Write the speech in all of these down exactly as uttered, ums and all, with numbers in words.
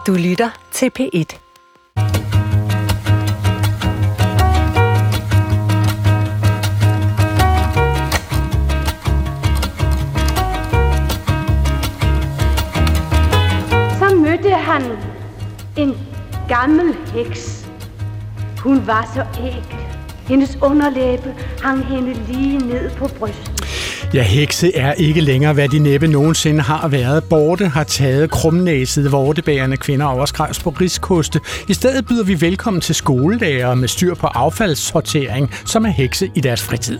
Du lytter til P et. Så mødte han en gammel heks. Hun var så ækel. Hendes underlæbe hang hende lige ned på brystet. Ja, hekse er ikke længere, hvad de næppe nogensinde har været. Borte har taget krumnæsede, vortebærende kvinder overskrevs på riskoste. I stedet byder vi velkommen til skolelærere med styr på affaldssortering, som er hekse i deres fritid.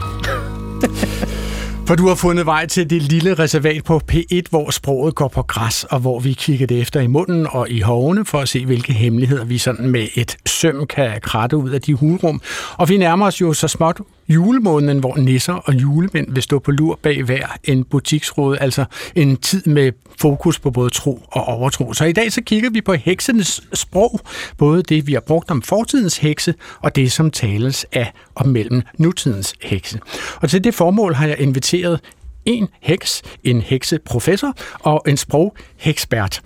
For du har fundet vej til det lille reservat på P et, hvor sproget går på græs, og hvor vi kigger det efter i munden og i hovene for at se, hvilke hemmeligheder vi sådan med et søm kan kratte ud af de hulrum. Og vi nærmer os jo så småt julemåneden, hvor nisser og julemænd vil stå på lur bag hver en butiksrude, altså en tid med fokus på både tro og overtro. Så i dag så kigger vi på heksenes sprog, både det, vi har brugt om fortidens hekse, og det, som tales af og mellem nutidens hekse. Og til det formål har jeg inviteret en heks, en hekseprofessor og en sprogekspert.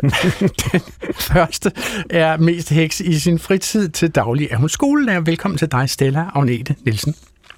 Den første er mest heks i sin fritid, til daglig er hun skolelærer. Velkommen til dig, Stella Agnete Nielsen.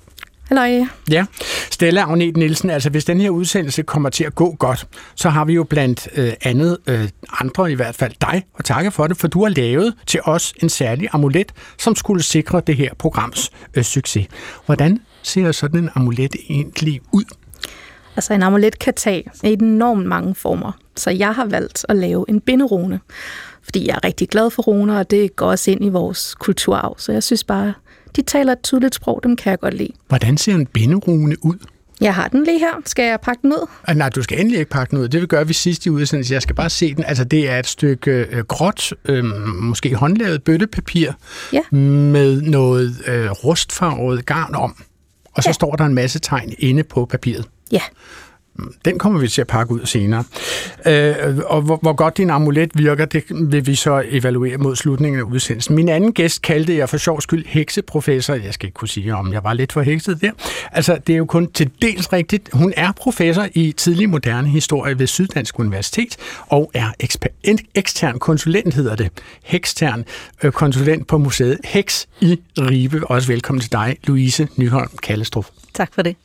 Hallo. Ja, Stella Agnete Nielsen, altså hvis den her udsendelse kommer til at gå godt, så har vi jo blandt øh, andet øh, andre, i hvert fald dig, og takke for det, for du har lavet til os en særlig amulet, som skulle sikre det her programs øh, succes. Hvordan ser sådan en amulet egentlig ud? Altså en amulet kan tage enormt mange former, så jeg har valgt at lave en binderune, fordi jeg er rigtig glad for runer, og det går også ind i vores kulturarv, så jeg synes bare, de taler et tydeligt sprog, dem kan jeg godt lide. Hvordan ser en binderune ud? Jeg har den lige her. Skal jeg pakke den ud? Ah, nej, du skal endelig ikke pakke den ud. Det vil gøre vi sidst i udsendelse. Jeg skal bare se den. Altså, det er et stykke øh, gråt, øh, måske håndlavet bøttepapir, ja, med noget øh, rustfarvet garn om. Og så ja, står der en masse tegn inde på papiret. Ja. Den kommer vi til at pakke ud senere. Øh, og hvor, hvor godt din amulet virker, det vil vi så evaluere mod slutningen af udsendelsen. Min anden gæst kaldte jeg for sjov skyld hekseprofessor. Jeg skal ikke kunne sige, om jeg var lidt for hekset der. Altså, det er jo kun til dels rigtigt. Hun er professor i tidlig moderne historie ved Syddansk Universitet og er eksper- ekstern konsulent, hedder det. Ekstern øh, konsulent på museet Heks i Ribe. Også velkommen til dig, Louise Nyholm Kallestrup. Tak for det.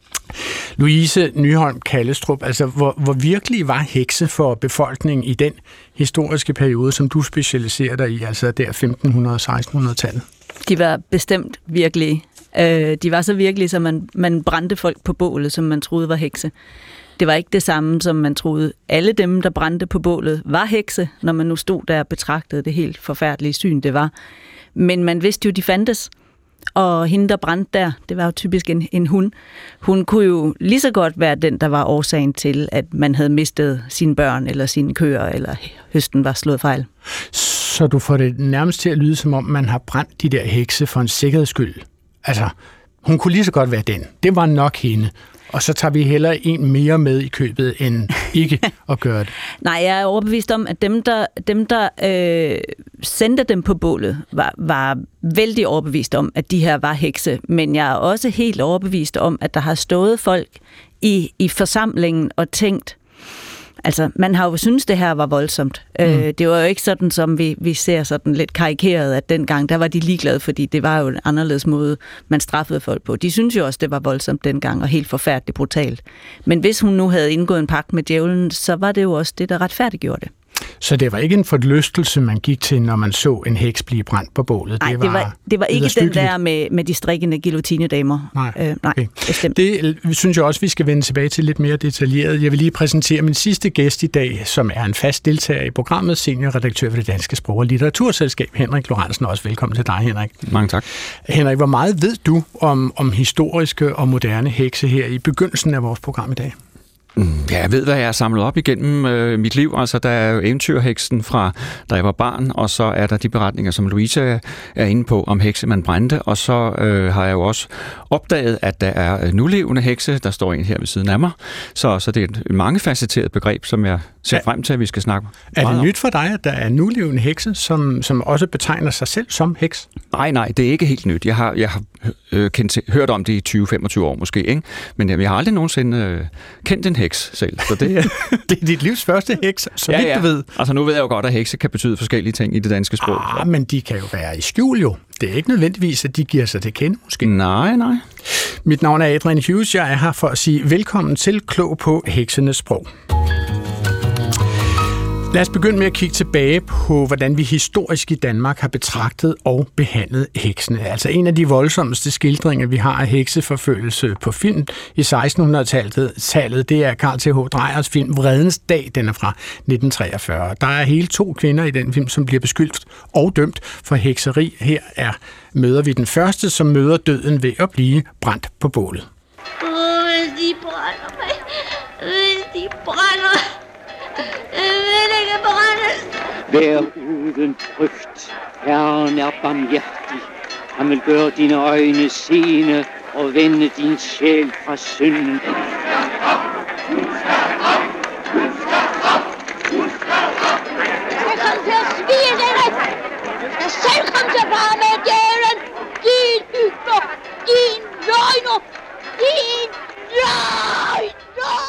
Louise Nyholm Kallestrup, altså hvor, hvor virkelig var hekse for befolkningen i den historiske periode, som du specialiserer dig i, altså der femten hundrede og seksten hundrede-tallet? De var bestemt virkelige. De var så virkelige, så man, man brændte folk på bålet, som man troede var hekse. Det var ikke det samme, som man troede. Alle dem, der brændte på bålet, var hekse, når man nu stod der og betragtede det helt forfærdelige syn, det var. Men man vidste jo, de fandtes. Og hende, der brændte der, det var jo typisk en, en hund. Hun kunne jo lige så godt være den, der var årsagen til, at man havde mistet sine børn, eller sine køer, eller høsten var slået fejl. Så du får det nærmest til at lyde, som om man har brændt de der hekse for en sikkerheds skyld. Altså, hun kunne lige så godt være den. Det var nok hende. Og så tager vi hellere en mere med i købet, end ikke at gøre det. Nej, jeg er overbevist om, at dem, der, dem, der øh, sendte dem på bålet, var, var vældig overbevist om, at de her var hekse. Men jeg er også helt overbevist om, at der har stået folk i, i forsamlingen og tænkt, altså, man har jo syntes, det her var voldsomt. Mm. Øh, det var jo ikke sådan, som vi, vi ser sådan lidt karikeret, at dengang, der var de ligeglade, fordi det var jo en anderledes måde, man straffede folk på. De synes jo også, det var voldsomt dengang, og helt forfærdeligt brutalt. Men hvis hun nu havde indgået en pagt med djævlen, så var det jo også det, der retfærdiggjorde det. Så det var ikke en forlystelse, man gik til, når man så en heks blive brændt på bålet? Nej, det var, det var, det var ikke den der med, med de strikkende guillotinedamer. Nej, øh, nej okay. Bestemt. Det synes jeg også, vi skal vende tilbage til lidt mere detaljeret. Jeg vil lige præsentere min sidste gæst i dag, som er en fast deltager i programmet, seniorredaktør for Det Danske Sprog- og Litteraturselskab, Henrik Lorentzen. Også velkommen til dig, Henrik. Mange tak. Henrik, hvor meget ved du om, om historiske og moderne hekse her i begyndelsen af vores program i dag? Ja, jeg ved, hvad jeg har samlet op igennem øh, mit liv. Altså, der er jo eventyrheksen fra, da jeg var barn, og så er der de beretninger, som Louise er inde på, om hekse, man brændte. Og så øh, har jeg jo også opdaget, at der er nulevende hekse, der står en her ved siden af mig. Så, så det er et mangefacetteret begreb, som jeg ser er, frem til, at vi skal snakke Er det om. nyt for dig, at der er nulevende hekse, som, som også betegner sig selv som heks? Nej, nej, det er ikke helt nyt. Jeg har, jeg har øh, kendt, hørt om det i tyve til femogtyve år måske, ikke? Men jeg har aldrig nogensinde øh, kendt en heks. heks selv. Så det, det er dit livs første heks, så ja, vidt ja. du ved. Altså nu ved jeg jo godt, at hekse kan betyde forskellige ting i det danske sprog. Ah, men de kan jo være i skjul jo. Det er ikke nødvendigvis, at de giver sig til kende, måske. Nej, nej. Mit navn er Adrian Hughes. Jeg er her for at sige velkommen til Klog på heksenes sprog. Lad os begynde med at kigge tilbage på, hvordan vi historisk i Danmark har betragtet og behandlet heksene. Altså en af de voldsomste skildringer, vi har af hekseforfølgelse på film i sekstenhundredetallet, det er Carl Th. Dreyers film Vredens Dag, den er fra nitten treogfyrre. Der er hele to kvinder i den film, som bliver beskyldt og dømt for hekseri. Her er møder vi den første, som møder døden ved at blive brændt på bålet. Åh, hvis de brænder mig. Hvis de brænder. Jeg vil ikke brændes. Vær uden frygt. Herren er barmhjertig. Han vil gøre dine øjne seende og vende din sjæl fra synden. Jeg kom til at svige denne. Jeg selv kom til at fare med djævlen. Din hygger. Din løgner. Din løgner.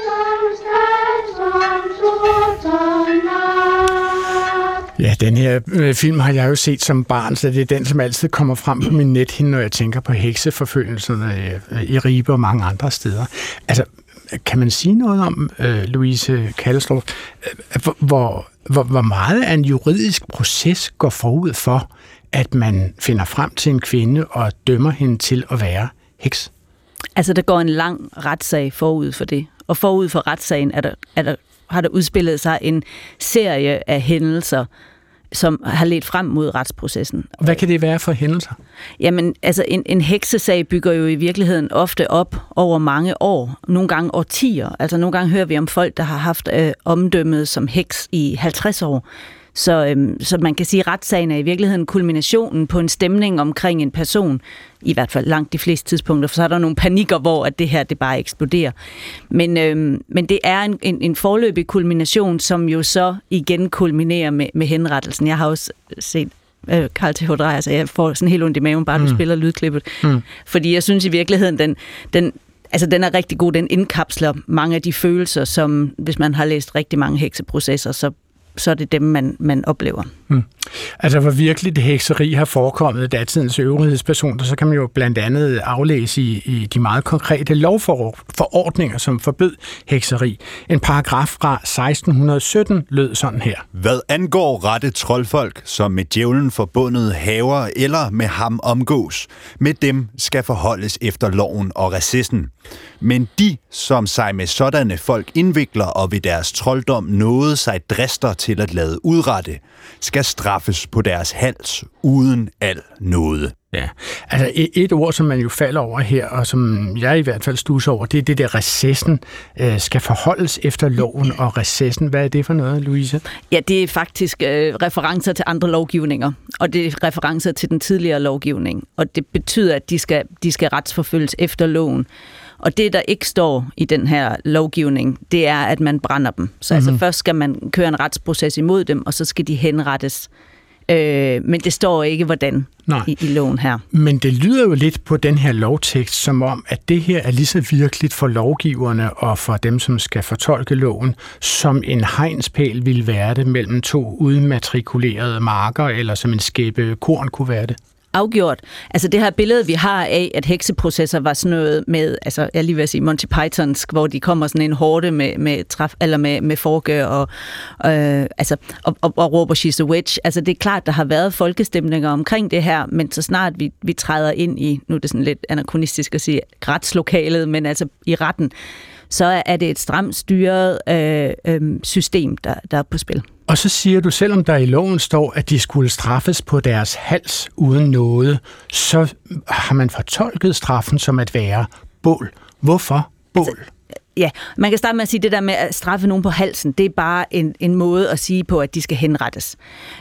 Ja, den her øh, film har jeg jo set som barn, så det er den, som altid kommer frem på min nethinde, når jeg tænker på hekseforfølgelserne øh, i Ribe og mange andre steder. Altså, kan man sige noget om, øh, Louise Kallestrup, øh, hvor, hvor, hvor meget af en juridisk proces går forud for, at man finder frem til en kvinde og dømmer hende til at være heks? Altså, der går en lang retssag forud for det. Og forud for retssagen er der, er der, har der udspillet sig en serie af hændelser, som har ledt frem mod retsprocessen. Hvad kan det være for hændelser? Jamen, altså en, en heksesag bygger jo i virkeligheden ofte op over mange år, nogle gange årtier. Altså nogle gange hører vi om folk, der har haft øh, omdømmet som heks i halvtreds år. Så, øhm, så man kan sige, at retssagen er i virkeligheden kulminationen på en stemning omkring en person, i hvert fald langt de fleste tidspunkter, for så er der nogle panikker, hvor at det her det bare eksploderer. Men, øhm, men det er en, en, en forløbig kulmination, som jo så igen kulminerer med, med henrettelsen. Jeg har også set øh, Carl Th. Dreyer, så jeg får sådan helt ondt i maven, bare mm. du spiller lydklippet. Mm. Fordi jeg synes i virkeligheden, den... den Altså, den er rigtig god. Den indkapsler mange af de følelser, som hvis man har læst rigtig mange hekseprocesser, så så er det dem, man, man oplever. Hmm. Altså, hvor virkelig det hekseri har forekommet i datidens øvrighedspersoner, så kan man jo blandt andet aflæse i, i de meget konkrete lovforordninger, som forbød hekseri. En paragraf fra seksten sytten lød sådan her. Hvad angår rette troldfolk, som med djævlen forbundet haver eller med ham omgås, med dem skal forholdes efter loven og recessen. Men de, som sig med sådanne folk indvikler og ved deres trolddom nåede sig drister til at lade udrette, skal straffes på deres hals uden al nåde. Ja, altså et, et ord, som man jo falder over her, og som jeg i hvert fald stusser over, det er det der recessen øh, skal forholdes efter loven og recessen. Hvad er det for noget, Louise? Ja, det er faktisk øh, referencer til andre lovgivninger, og det er referencer til den tidligere lovgivning, og det betyder, at de skal, de skal retsforfølges efter loven. Og det, der ikke står i den her lovgivning, det er, at man brænder dem. Så mm-hmm. altså, først skal man køre en retsproces imod dem, og så skal de henrettes. Øh, men det står ikke, hvordan i, i loven her. Men det lyder jo lidt på den her lovtekst, som om, at det her er lige så virkeligt for lovgiverne og for dem, som skal fortolke loven, som en hegnspæl ville være det mellem to udmatrikulerede marker, eller som en skæppe korn kunne være det. Afgjort. Altså det her billede, vi har af, at hekseprocesser var sådan noget med, altså jeg lige vil sige Monty Pythonsk, hvor de kommer sådan en horde med, med, træf, eller med, med forke og, øh, altså, og, og, og råber she's a witch. Altså det er klart, der har været folkestemninger omkring det her, men så snart vi, vi træder ind i, nu er det sådan lidt anachronistisk at sige, retslokalet, men altså i retten, så er det et stramt styret øh, øh, system, der, der er på spil. Og så siger du, selvom der i loven står, at de skulle straffes på deres hals uden noget, så har man fortolket straffen som at være bål. Hvorfor bål? Altså, ja, man kan starte med at sige, at det der med at straffe nogen på halsen, det er bare en, en måde at sige på, at de skal henrettes.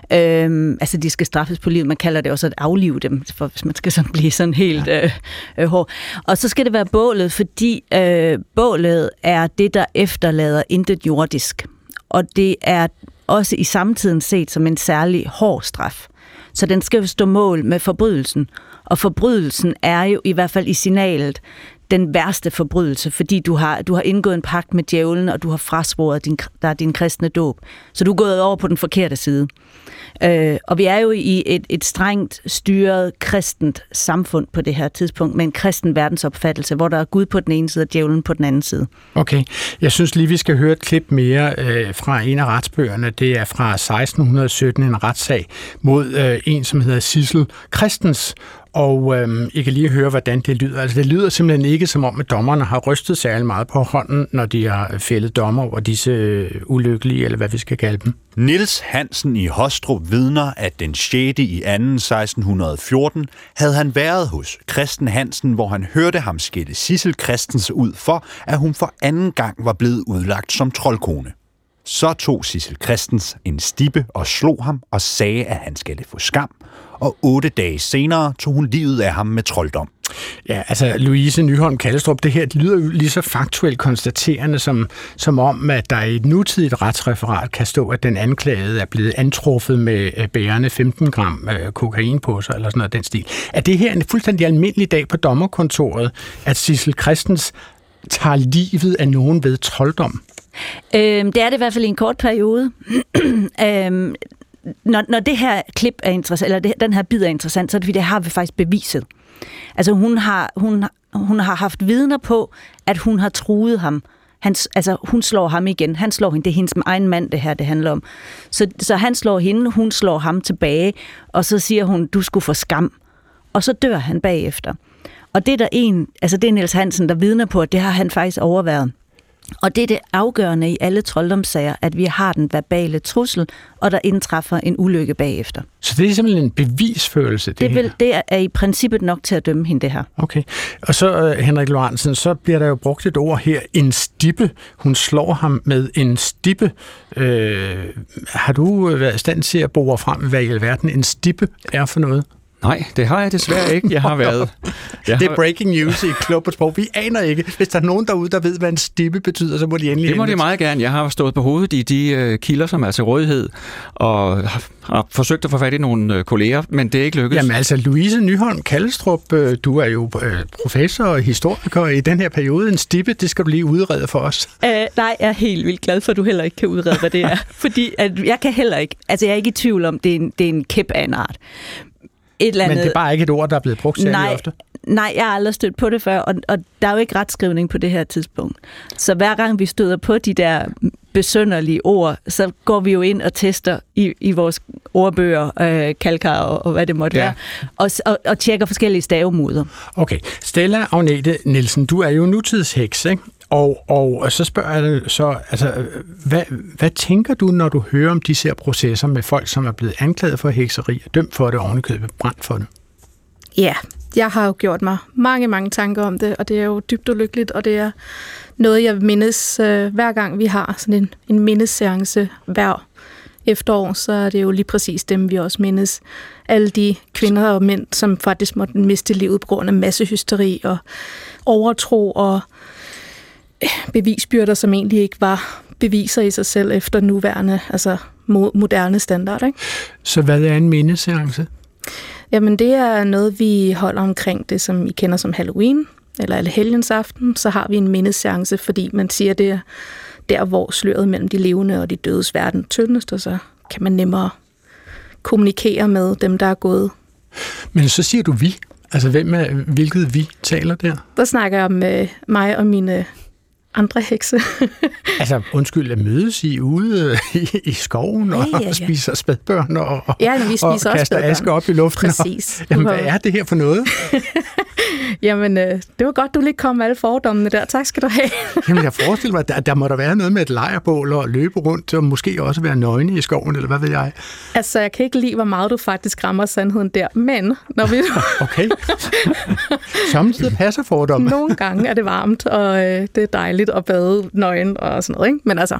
Øhm, altså, de skal straffes på livet. Man kalder det også at aflive dem, for hvis man skal sådan blive sådan helt ja. øh, øh, hård. Og så skal det være bålet, fordi øh, bålet er det, der efterlader intet jordisk. Og det er også i samtiden set som en særlig hård straf. Så den skal jo stå mål med forbrydelsen. Og forbrydelsen er jo i hvert fald i signalet den værste forbrydelse, fordi du har, du har indgået en pagt med djævlen, og du har frasvoret din, der er din kristne dåb. Så du er gået over på den forkerte side. Øh, og vi er jo i et, et strengt styret kristent samfund på det her tidspunkt, med en kristen verdensopfattelse, hvor der er Gud på den ene side og djævlen på den anden side. Okay. Jeg synes lige, vi skal høre et klip mere øh, fra en af retsbøgerne. Det er fra seksten sytten, en retssag mod øh, en, som hedder Sissel Christens. Og øhm, I kan lige høre, hvordan det lyder. Altså, det lyder simpelthen ikke, som om at dommerne har rystet særlig meget på hånden, når de har fældet dommer over disse øh, ulykkelige, eller hvad vi skal kalde dem. Niels Hansen i Hostrup vidner, at den sjette i anden seksten fjorten havde han været hos Christen Hansen, hvor han hørte ham skælde Sissel Christens ud for, at hun for anden gang var blevet udlagt som troldkone. Så tog Sissel Christens en stippe og slog ham og sagde, at han skulle få skam. Og otte dage senere tog hun livet af ham med trolddom. Ja, altså Louise Nyholm Kallestrup, det her det lyder jo lige så faktuelt konstaterende, som, som om, at der i et nutidigt retsreferat kan stå, at den anklagede er blevet antruffet med bærende femten gram kokain på sig, eller sådan noget den stil. Er det her en fuldstændig almindelig dag på dommerkontoret, at Sissel Christens tager livet af nogen ved trolddom? Øhm, det er det i hvert fald i en kort periode. øhm, når, når det her klip er interessant, eller det, den her bid er interessant, så er det, fordi det har vi faktisk beviset. Altså hun har, hun, hun har haft vidner på, at hun har truet ham. Han, altså hun slår ham igen. Han slår hende. Det er hendes egen mand, det her det handler om. Så, så han slår hende, hun slår ham tilbage, og så siger hun, du skulle få skam. Og så dør han bagefter. Og det er der en, altså det er Niels Hansen, der vidner på, at det har han faktisk overværet. Og det er det afgørende i alle trolddomssager, at vi har den verbale trussel, og der indtræffer en ulykke bagefter. Så det er simpelthen en bevisførelse, det, det her? Vil, det er i princippet nok til at dømme hende, det her. Okay. Og så, uh, Henrik Lorentzen, så bliver der jo brugt et ord her, en stippe. Hun slår ham med en stippe. Uh, har du været i stand til at bore frem, hvad i alverden en stippe er for noget? Nej, det har jeg desværre ikke. Jeg har været... Jeg det er har... breaking news i Klub på Sprog. Vi aner ikke. Hvis der er nogen derude, der ved, hvad en stippe betyder, så må de endelig... Det må de meget gerne. Jeg har stået på hovedet i de uh, kilder, som er til rådighed, og har, har forsøgt at få fat i nogle uh, kolleger, men det er ikke lykkedes. Jamen altså, Louise Nyholm Kallestrup, uh, du er jo uh, professor og historiker i den her periode. En stippe, det skal du lige udrede for os. Uh, nej, jeg er helt vildt glad for, at du heller ikke kan udrede, hvad det er. Fordi at jeg kan heller ikke... Altså, jeg er ikke i tvivl om, det er en, det er en kæp af en art. Et eller andet. Men det er bare ikke et ord, der er blevet brugt særlig nej, ofte? Nej, jeg har aldrig stødt på det før, og, og der er jo ikke retskrivning på det her tidspunkt. Så hver gang vi støder på de der besynderlige ord, så går vi jo ind og tester i, i vores ordbøger, øh, kalkar og, og hvad det måtte ja. være, og, og, og tjekker forskellige stavemåder. Okay. Stella Agnete Nielsen, du er jo nutidsheks, ikke? Og, og så spørger jeg dig så, altså, hvad, hvad tænker du, når du hører om disse her processer med folk, som er blevet anklaget for hekseri og dømt for det, ovenikøbet brændt for det? Ja, jeg har jo gjort mig mange, mange tanker om det, og det er jo dybt ulykkeligt, og det er noget, jeg mindes øh, hver gang vi har sådan en, en mindesseance hver efterår, så er det jo lige præcis dem, vi også mindes. Alle de kvinder og mænd, som faktisk måtte miste livet på grund af massehysteri og overtro og bevisbyrder, som egentlig ikke var beviser i sig selv efter nuværende, altså moderne standard, ikke? Så hvad er en mindeseance? Jamen, det er noget, vi holder omkring det, som I kender som Halloween, eller Allehelgens aften. Så har vi en mindeseance, fordi man siger, det er der, hvor sløret mellem de levende og de dødes verden tyndest, og så kan man nemmere kommunikere med dem, der er gået. Men så siger du vi. Altså, hvem er, hvilket vi taler der? Der snakker jeg om øh, mig og mine andre hekse. Altså, undskyld, at mødes I ude i, i skoven og, ja, ja, ja. og spiser spædbørn og, ja, vi spiser og kaster aske op i luften. Præcis. Og, jamen, hvad er det her for noget? Jamen, øh, det var godt, du lige kom med alle fordommene der. Tak skal du have. Jamen, jeg forestiller mig, at der, der må der være noget med et lejrbål og løbe rundt, og måske også være nøgne i skoven, eller hvad ved jeg? Altså, jeg kan ikke lide, hvor meget du faktisk rammer sandheden der, men når vi... Okay. Samtidig passer fordomme. Nogle gange er det varmt, og øh, det er dejligt at bade nøgen og sådan noget, ikke? Men altså...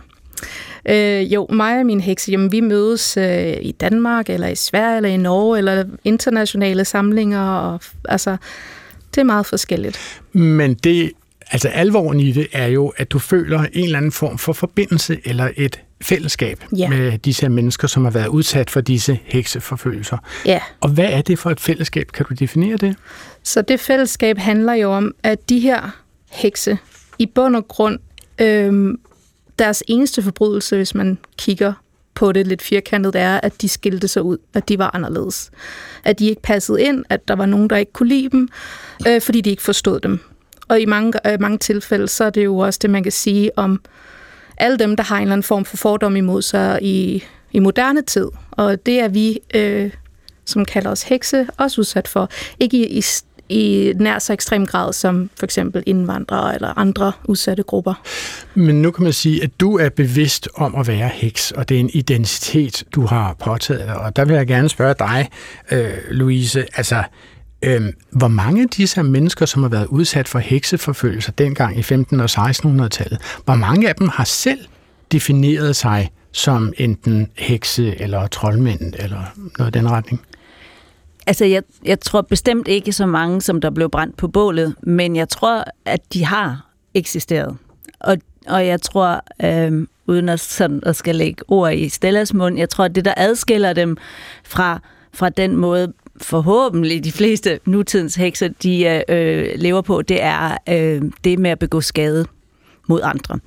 Øh, jo, mig og min hekse, jamen, vi mødes øh, i Danmark, eller i Sverige, eller i Norge, eller internationale samlinger, og altså... Det er meget forskelligt. Men det, altså alvoren i det er jo, at du føler en eller anden form for forbindelse eller et fællesskab Ja. med disse mennesker, som har været udsat for disse hekseforfølgelser. Ja. Og hvad er det for et fællesskab? Kan du definere det? Så det fællesskab handler jo om, at de her hekse i bund og grund, øh, deres eneste forbrydelse, hvis man kigger på det lidt firkantet, det er, at de skilte sig ud, at de var anderledes. At de ikke passede ind, at der var nogen, der ikke kunne lide dem, øh, fordi de ikke forstod dem. Og i mange, øh, mange tilfælde, så er det jo også det, man kan sige om alle dem, der har en eller anden form for fordom imod sig i, i moderne tid. Og det er vi, øh, som kalder os hekse, også udsat for. Ikke i, i, i nær så ekstrem grad som for eksempel indvandrere eller andre udsatte grupper. Men nu kan man sige, at du er bevidst om at være heks, og det er en identitet, du har påtaget. Og der vil jeg gerne spørge dig, øh, Louise, altså, øh, hvor mange af disse mennesker, som har været udsat for hekseforfølgelser dengang i femten- og sekstenhundredetallet, hvor mange af dem har selv defineret sig som enten hekse eller troldmænd eller noget i den retning? Altså, jeg, jeg tror bestemt ikke så mange, som der blev brændt på bålet, men jeg tror, at de har eksisteret. Og, og jeg tror, øh, uden at, sådan, at skal lægge ord i Stellas mund, jeg tror, at det, der adskiller dem fra, fra den måde, forhåbentlig de fleste nutidens hekser, de øh, lever på, det er øh, det med at begå skade mod andre.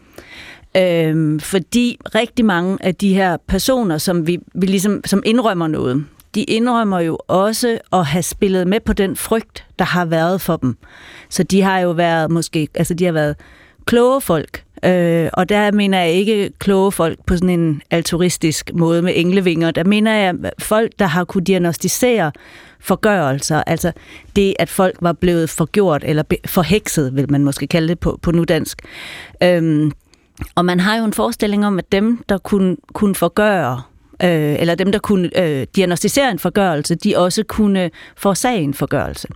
Øh, fordi rigtig mange af de her personer, som vi, vi ligesom, som indrømmer noget, de indrømmer jo også at have spillet med på den frygt, der har været for dem. Så de har jo været måske, altså de har været kloge folk, øh, og der mener jeg ikke kloge folk på sådan en altruistisk måde med englevinger. Der mener jeg folk, der har kunne diagnostisere forgørelser, altså det, at folk var blevet forgjort, eller forhekset, vil man måske kalde det på, på nudansk. Øhm, og man har jo en forestilling om, at dem, der kunne, kunne forgøre, Øh, eller dem, der kunne øh, diagnostisere en forgørelse, de også kunne forårsage en forgørelse.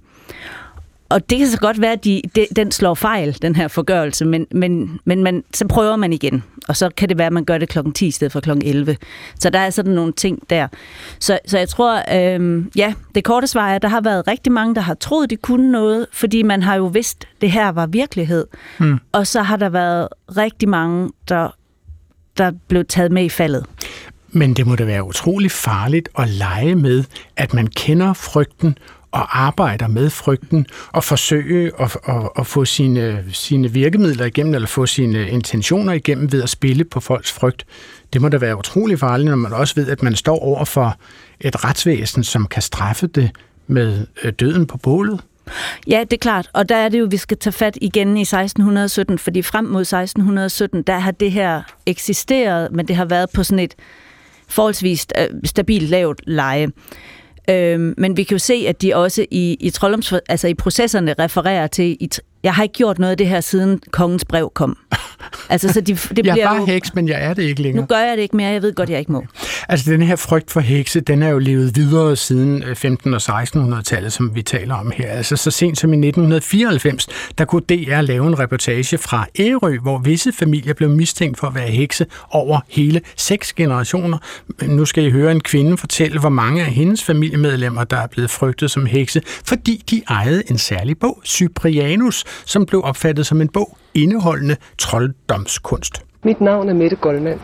Og det kan så godt være, at de, de, den slår fejl, den her forgørelse, men, men, men man, så prøver man igen. Og så kan det være, at man gør det klokken ti i stedet for klokken elleve. Så der er sådan nogle ting der. Så, så jeg tror, øh, ja, det korte svar er, at der har været rigtig mange, der har troet, de kunne noget, fordi man har jo vidst, at det her var virkelighed. Hmm. Og så har der været rigtig mange, der, der blev taget med i faldet. Men det må da være utrolig farligt at lege med, at man kender frygten og arbejder med frygten og forsøge at, at, at få sine, sine virkemidler igennem, eller få sine intentioner igennem ved at spille på folks frygt. Det må da være utrolig farligt, når man også ved, at man står over for et retsvæsen, som kan straffe det med døden på bålet. Ja, det er klart. Og der er det jo, vi skal tage fat igen i seksten sytten, fordi frem mod seksten sytten, der har det her eksisteret, men det har været på sådan et forholdsvis stabilt lavt leje. Øhm, men vi kan jo se, at de også i, i, trolddoms, altså i processerne refererer til, i, jeg har ikke gjort noget af det her, siden kongens brev kom. Altså, så de, det jeg bliver er bare jo, heks, men jeg er det ikke længere. Nu gør jeg det ikke mere, jeg ved godt, jeg ikke må. Altså, den her frygt for hekse, den er jo levet videre siden femten- og sekstenhundredetallet, som vi taler om her. Altså, så sent som i nitten fireoghalvfems, der kunne D R lave en reportage fra Ærø, hvor visse familier blev mistænkt for at være hekse over hele seks generationer. Nu skal I høre en kvinde fortælle, hvor mange af hendes familiemedlemmer, der er blevet frygtet som hekse, fordi de ejede en særlig bog, Cyprianus, som blev opfattet som en bog indeholdende trolddomskunst. Mit navn er Mette Goldman.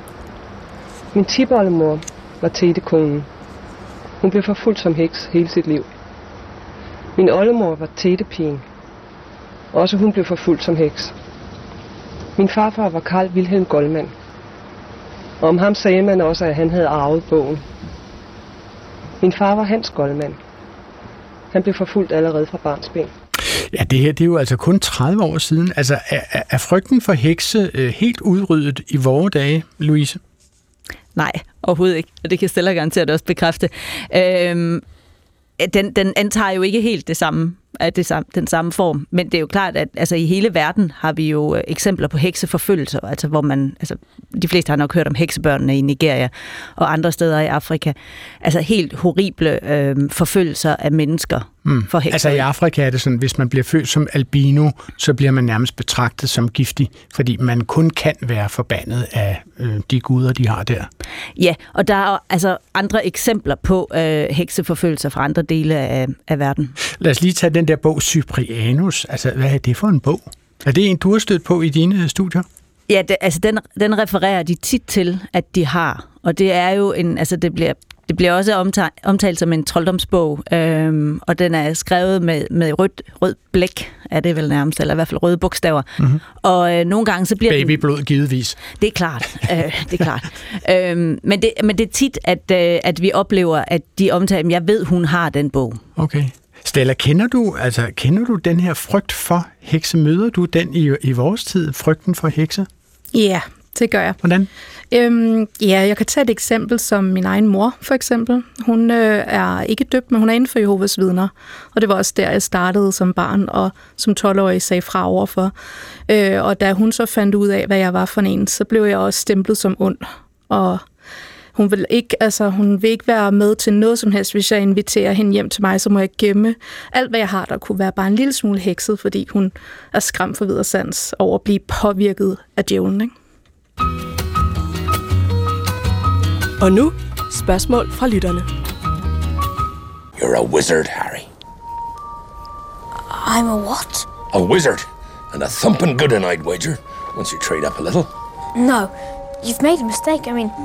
Min tipoldemor var Tete-konen. Hun blev forfulgt som heks hele sit liv. Min oldemor var Tete-pigen. Også hun blev forfulgt som heks. Min farfar var Carl Wilhelm Goldman. Og om ham sagde man også, at han havde arvet bogen. Min far var Hans Goldman. Han blev forfulgt allerede fra barnsben. Ja, det her det er jo altså kun tredive år siden. Altså, er, er frygten for hekse øh, helt udryddet i vore dage, Louise? Nej, overhovedet ikke. Og det kan Stella garanteret også bekræfte. Øhm, den, den antager jo ikke helt det samme, det samme, den samme form. Men det er jo klart, at altså, i hele verden har vi jo eksempler på hekseforfølgelser, altså, hvor man, altså, de fleste har nok hørt om heksebørnene i Nigeria og andre steder i Afrika. Altså helt horrible øh, forfølgelser af mennesker. Mm. For hekser. Altså i Afrika er det sådan, hvis man bliver født som albino, så bliver man nærmest betragtet som giftig, fordi man kun kan være forbandet af øh, de guder, de har der. Ja, og der er altså andre eksempler på øh, hekseforfølgelser fra andre dele af, af verden. Lad os lige tage den der bog Cyprianus. Altså, hvad er det for en bog? Er det en, du har stødt på i dine studier? Ja, det, altså den, den refererer de tit til, at de har. Og det er jo en, altså det bliver, det bliver også omtalt, omtalt som en trolddomsbog, øhm, og den er skrevet med, med rød, rød blæk, er det vel nærmest, eller i hvert fald røde bogstaver. Mm-hmm. Og øh, nogle gange så bliver babyblod givetvis. Det er klart, øh, det er klart. øhm, men, det, men det er tit, at, øh, at vi oplever, at de omtaler, jeg ved, hun har den bog. Okay. Stella, kender du, altså, kender du den her frygt for hekse? Møder du den i, i vores tid, frygten for hekse? Ja, det gør jeg. Hvordan? Øhm, ja, jeg kan tage et eksempel som min egen mor, for eksempel. Hun øh, er ikke døbt, men hun er inden for Jehovas vidner. Og det var også der, jeg startede som barn, og som tolv-årig sagde fra overfor. Øh, og da hun så fandt ud af, hvad jeg var for en, så blev jeg også stemplet som ond. Og hun vil ikke, altså, hun vil ikke være med til noget som helst. Hvis jeg inviterer hende hjem til mig, så må jeg gemme alt, hvad jeg har, der kunne være bare en lille smule hekset, fordi hun er skræmt for videre sans over at blive påvirket af djævlen, ikke? Og nu spørgsmål fra lytterne. You're a wizard, Harry. I'm a what? A wizard. And a thumping good, I'd wager, once you trade up a little. No, you've made a mistake. I mean,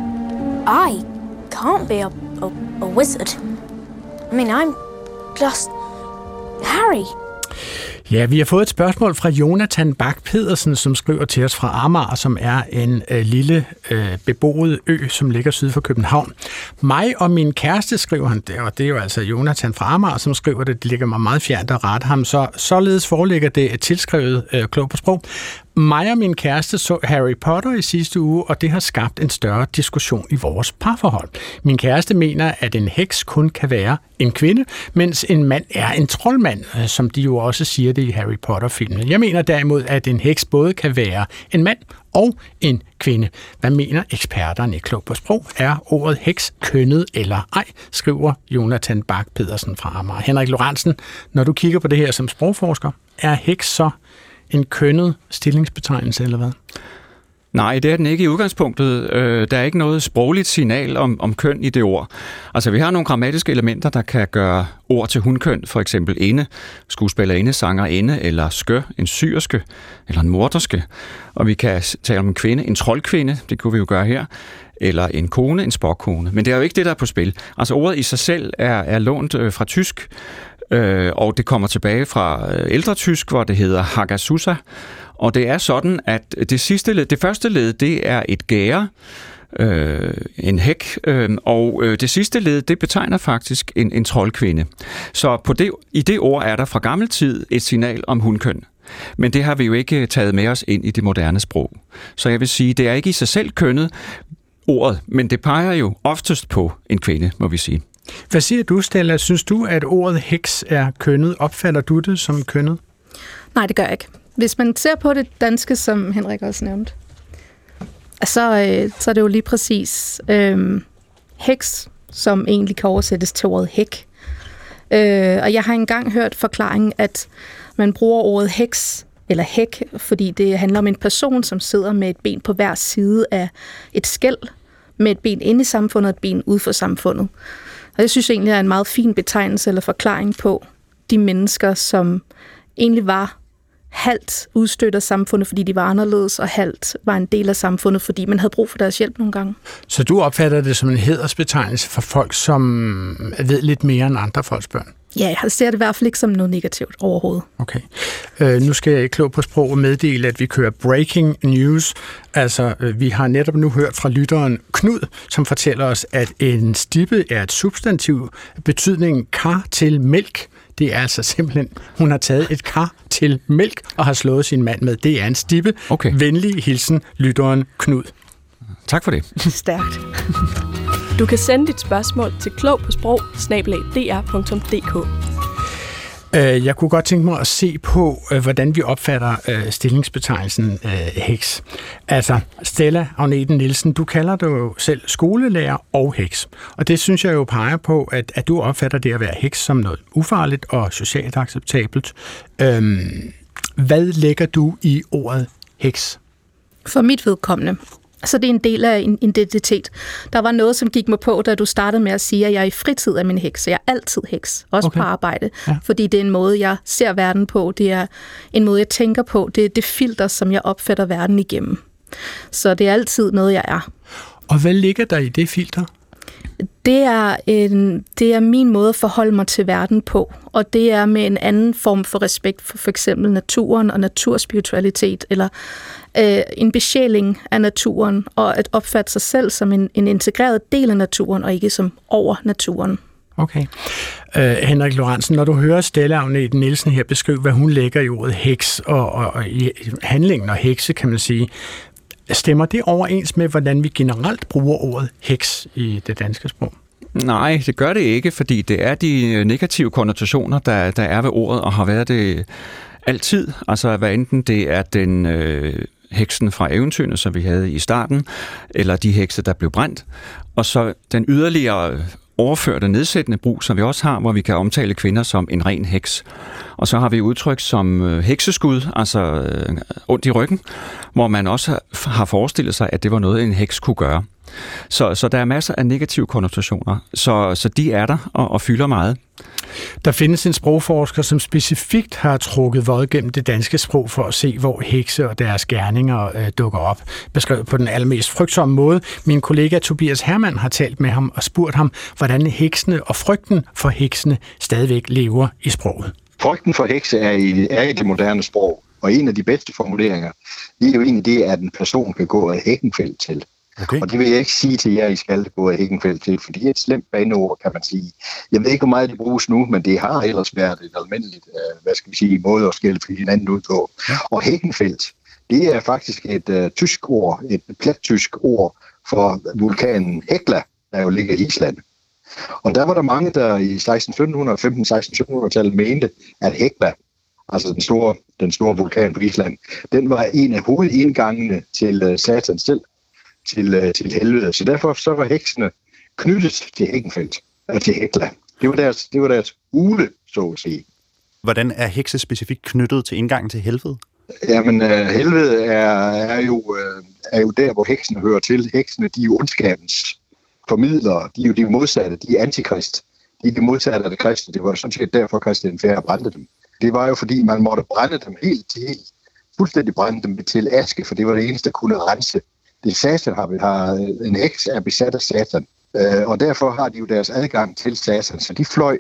I can't be a, a, a wizard. I mean, I'm just Harry. Ja, vi har fået et spørgsmål fra Jonathan Bak-Pedersen, som skriver til os fra Amager, som er en øh, lille øh, beboet ø, som ligger syd for København. Mig og min kæreste, skriver han, og det er jo altså Jonathan fra Amager, som skriver det, det ligger mig meget fjernt at rette ham, så således foreligger det et tilskrevet øh, klog på sprog. Mig og min kæreste så Harry Potter i sidste uge, og det har skabt en større diskussion i vores parforhold. Min kæreste mener, at en heks kun kan være en kvinde, mens en mand er en troldmand, som de jo også siger det i Harry Potter-filmen. Jeg mener derimod, at en heks både kan være en mand og en kvinde. Hvad mener eksperterne i Klog på Sprog? Er ordet heks kønnet eller ej, skriver Jonathan Bak-Pedersen fra Amager. Henrik Lorentzen, når du kigger på det her som sprogforsker, er heks så en kønnet stillingsbetegnelse, eller hvad? Nej, det er den ikke i udgangspunktet. Øh, der er ikke noget sprogligt signal om, om køn i det ord. Altså, vi har nogle grammatiske elementer, der kan gøre ord til hunkøn, for eksempel inde, skuespillerinde, sangerinde, eller skø, en syrske, eller en morderske. Og vi kan tale om en kvinde, en troldkvinde, det kunne vi jo gøre her, eller en kone, en spokkone. Men det er jo ikke det, der er på spil. Altså, ordet i sig selv er, er lånt øh, fra tysk, øh, og det kommer tilbage fra øh, ældre tysk, hvor det hedder hagasusa. Og det er sådan, at det sidste led, det første led, det er et gære, øh, en hæk, øh, og øh, det sidste led, det betegner faktisk en, en troldkvinde. Så på det, i det ord er der fra gammel tid et signal om hunkøn. Men det har vi jo ikke taget med os ind i det moderne sprog. Så jeg vil sige, det er ikke i sig selv kønnet ordet, men det peger jo oftest på en kvinde, må vi sige. Hvad siger du, Stella? Synes du, at ordet heks er kønnet? Opfatter du det som kønnet? Nej, det gør jeg ikke. Hvis man ser på det danske, som Henrik også nævnte, så, øh, så er det jo lige præcis øh, heks, som egentlig kan oversættes til ordet hæk. Øh, og jeg har engang hørt forklaringen, at man bruger ordet heks eller hæk, fordi det handler om en person, som sidder med et ben på hver side af et skel, med et ben inde i samfundet og et ben ude for samfundet. Og jeg synes egentlig, er en meget fin betegnelse eller forklaring på de mennesker, som egentlig var halvt udstødt af samfundet, fordi de var anderledes, og halvt var en del af samfundet, fordi man havde brug for deres hjælp nogle gange. Så du opfatter det som en hædersbetegnelse for folk, som ved lidt mere end andre folks børn? Ja, jeg ser det i hvert fald ikke som noget negativt overhovedet. Okay. Øh, nu skal jeg Klog på Sprog og meddele, at vi kører breaking news. Altså, øh, vi har netop nu hørt fra lytteren Knud, som fortæller os, at en stibbe er et substantiv, betydningen kar til mælk. Det er altså simpelthen, hun har taget et kar til mælk og har slået sin mand med. Det er en stibbe. Okay. Venlig hilsen, lytteren Knud. Tak for det. Stærkt. Du kan sende dit spørgsmål til klog på sprog snabel-a d r punktum d k. Jeg kunne godt tænke mig at se på, hvordan vi opfatter stillingsbetegnelsen heks. Altså, Stella Agnete Nielsen, du kalder dig jo selv skolelærer og heks. Og det synes jeg jo peger på, at, at du opfatter det at være heks som noget ufarligt og socialt acceptabelt. Øhm, hvad lægger du i ordet heks? For mit vedkommende Så det er en del af en identitet. Der var noget, som gik mig på, da du startede med at sige, at jeg i fritid er min heks. Jeg er altid heks, også okay. på arbejde. Ja. Fordi det er en måde, jeg ser verden på. Det er en måde, jeg tænker på. Det er det filter, som jeg opfatter verden igennem. Så det er altid noget, jeg er. Og hvad ligger der i det filter? Det er, en, det er min måde at forholde mig til verden på, og det er med en anden form for respekt for for eksempel naturen og naturspiritualitet, eller øh, en besjæling af naturen, og at opfatte sig selv som en, en integreret del af naturen, og ikke som over naturen. Okay. Uh, Henrik Lorentzen, når du hører Stella Agnete Nielsen her beskrive, hvad hun lægger i ordet heks, og, og, og i handlingen og hekse, kan man sige, stemmer det overens med, hvordan vi generelt bruger ordet heks i det danske sprog? Nej, det gør det ikke, fordi det er de negative konnotationer, der, der er ved ordet, og har været det altid. Altså, hvad enten det er den øh, heksen fra eventyrene, som vi havde i starten, eller de hekse, der blev brændt, og så den yderligere overførte nedsættende brug, som vi også har, hvor vi kan omtale kvinder som en ren heks. Og så har vi udtryk som hekseskud, altså øh, ondt i ryggen, hvor man også har forestillet sig, at det var noget, en heks kunne gøre. Så, så der er masser af negative konnotationer, så, så de er der og, og fylder meget. Der findes en sprogforsker, som specifikt har trukket vod gennem det danske sprog for at se, hvor hekse og deres gerninger øh, dukker op. Beskrevet på den allermest frygtsomme måde. Min kollega Tobias Hermann har talt med ham og spurgt ham, hvordan heksene og frygten for heksene stadigvæk lever i sproget. Frygten for hekse er i, er i det moderne sprog, og en af de bedste formuleringer, det er jo egentlig det, at en person kan gå af Heckenfeldt til. Okay. Og det vil jeg ikke sige til jer, I skal gå af Heckenfeldt til, for det er et slemt baneord, kan man sige. Jeg ved ikke, hvor meget det bruges nu, men det har ellers været et almindeligt, hvad skal vi sige, måde at skælde for hinanden ud på. Ja. Og Heckenfeldt, det er faktisk et uh, tysk ord, et plattysk ord for vulkanen Hekla, der jo ligger i Island. Og der var der mange, der i seksten sytten femten seksten sytten-tallet mente, at Hekla, altså den store, den store vulkan på Island, den var en af hovedindgangene til uh, Satan selv, til, uh, til helvede. Så derfor så var heksene knyttet til Heckenfeldt, og til Hekla. Det var deres, det var deres ule, så at sige. Hvordan er hekse specifikt knyttet til indgangen til helvede? Jamen, uh, helvede er, er, jo, uh, er jo der, hvor heksene hører til. Heksene, de er jo ondskabens formidlere, de er jo de modsatte, de er antikrist. De er de modsatte af det kristne. Det var sådan set derfor, Kristi den fjerde brændte dem. Det var jo fordi, man måtte brænde dem helt til helt, fuldstændig brænde dem til aske, for det var det eneste, der kunne rense. Det Satan har, har en heks er besat af Satan, øh, og derfor har de jo deres adgang til Satan, så de fløj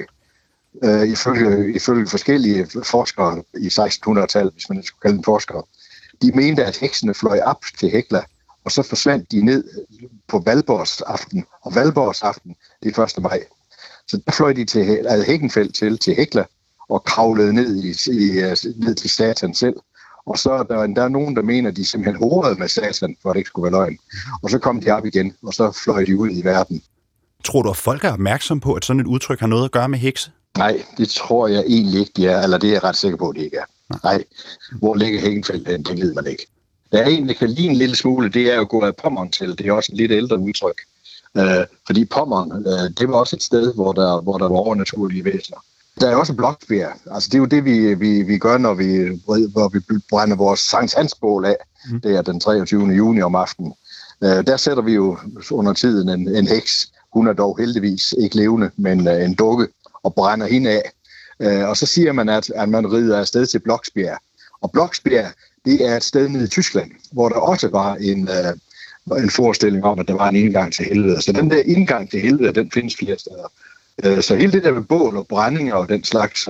øh, ifølge, ifølge forskellige forskere i sekstenhundredetallet, hvis man skulle kalde dem forskere. De mente, at heksene fløj op til Hekla, og så forsvandt de ned på Valborgsaften, og Valborgsaften, det er første maj. Så der fløj de til ad Heckenfeldt til, til Hekla, og kravlede ned, i, i, ned til Satan selv. Og så er der, der er nogen, der mener, at de simpelthen horede med Satan, for at det ikke skulle være løgn. Og så kom de op igen, og så fløj de ud i verden. Tror du, at folk er opmærksom på, at sådan et udtryk har noget at gøre med hekse? Nej, det tror jeg egentlig ikke, de er. Eller det er jeg ret sikker på, at det ikke er. Nej, hvor ligger Heckenfeldt hen, det ved man ikke. Der er en, der kan lide en lille smule, det er jo at gå af Pommern til. Det er også et lidt ældre udtryk. Øh, fordi Pommern, øh, det var også et sted, hvor der, hvor der var overnaturlige væsener. Der er også Bloksbjerg. Altså, det er jo det, vi, vi, vi gør, når vi, hvor vi brænder vores Sankt Hans-bål af. Mm. Det er den treogtyvende juni om aftenen. Uh, der sætter vi jo under tiden en, en heks. Hun er dog heldigvis ikke levende, men uh, en dukke, og brænder hende af. Uh, og så siger man, at, at man rider afsted til Bloksbjerg. Og Bloksbjerg, det er et sted nede i Tyskland, hvor der også var en, uh, en forestilling om, at der var en indgang til helvede. Så den der indgang til helvede, den findes flere steder. Så hele det der med bål og brændinger og den slags,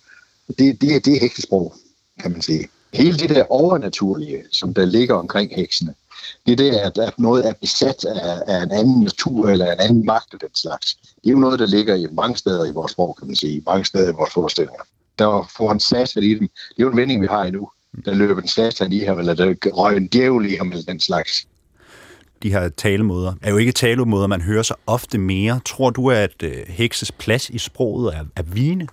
det, det, det er heksesprog, kan man sige. Hele det der overnaturlige, som der ligger omkring heksene, det er det, at, at noget er besat af, af en anden natur eller en anden magt af den slags. Det er jo noget, der ligger i mange steder i vores sprog, kan man sige. Mange steder i vores forestillinger. Der får en satan i dem. Det er jo en vending, vi har endnu. Der løber en satan i ham, eller der røg en djævel i ham, eller den slags. De her talemåder er jo ikke talemåder, man hører så ofte mere. Tror du, at øh, hekses plads i sproget er, er vigende?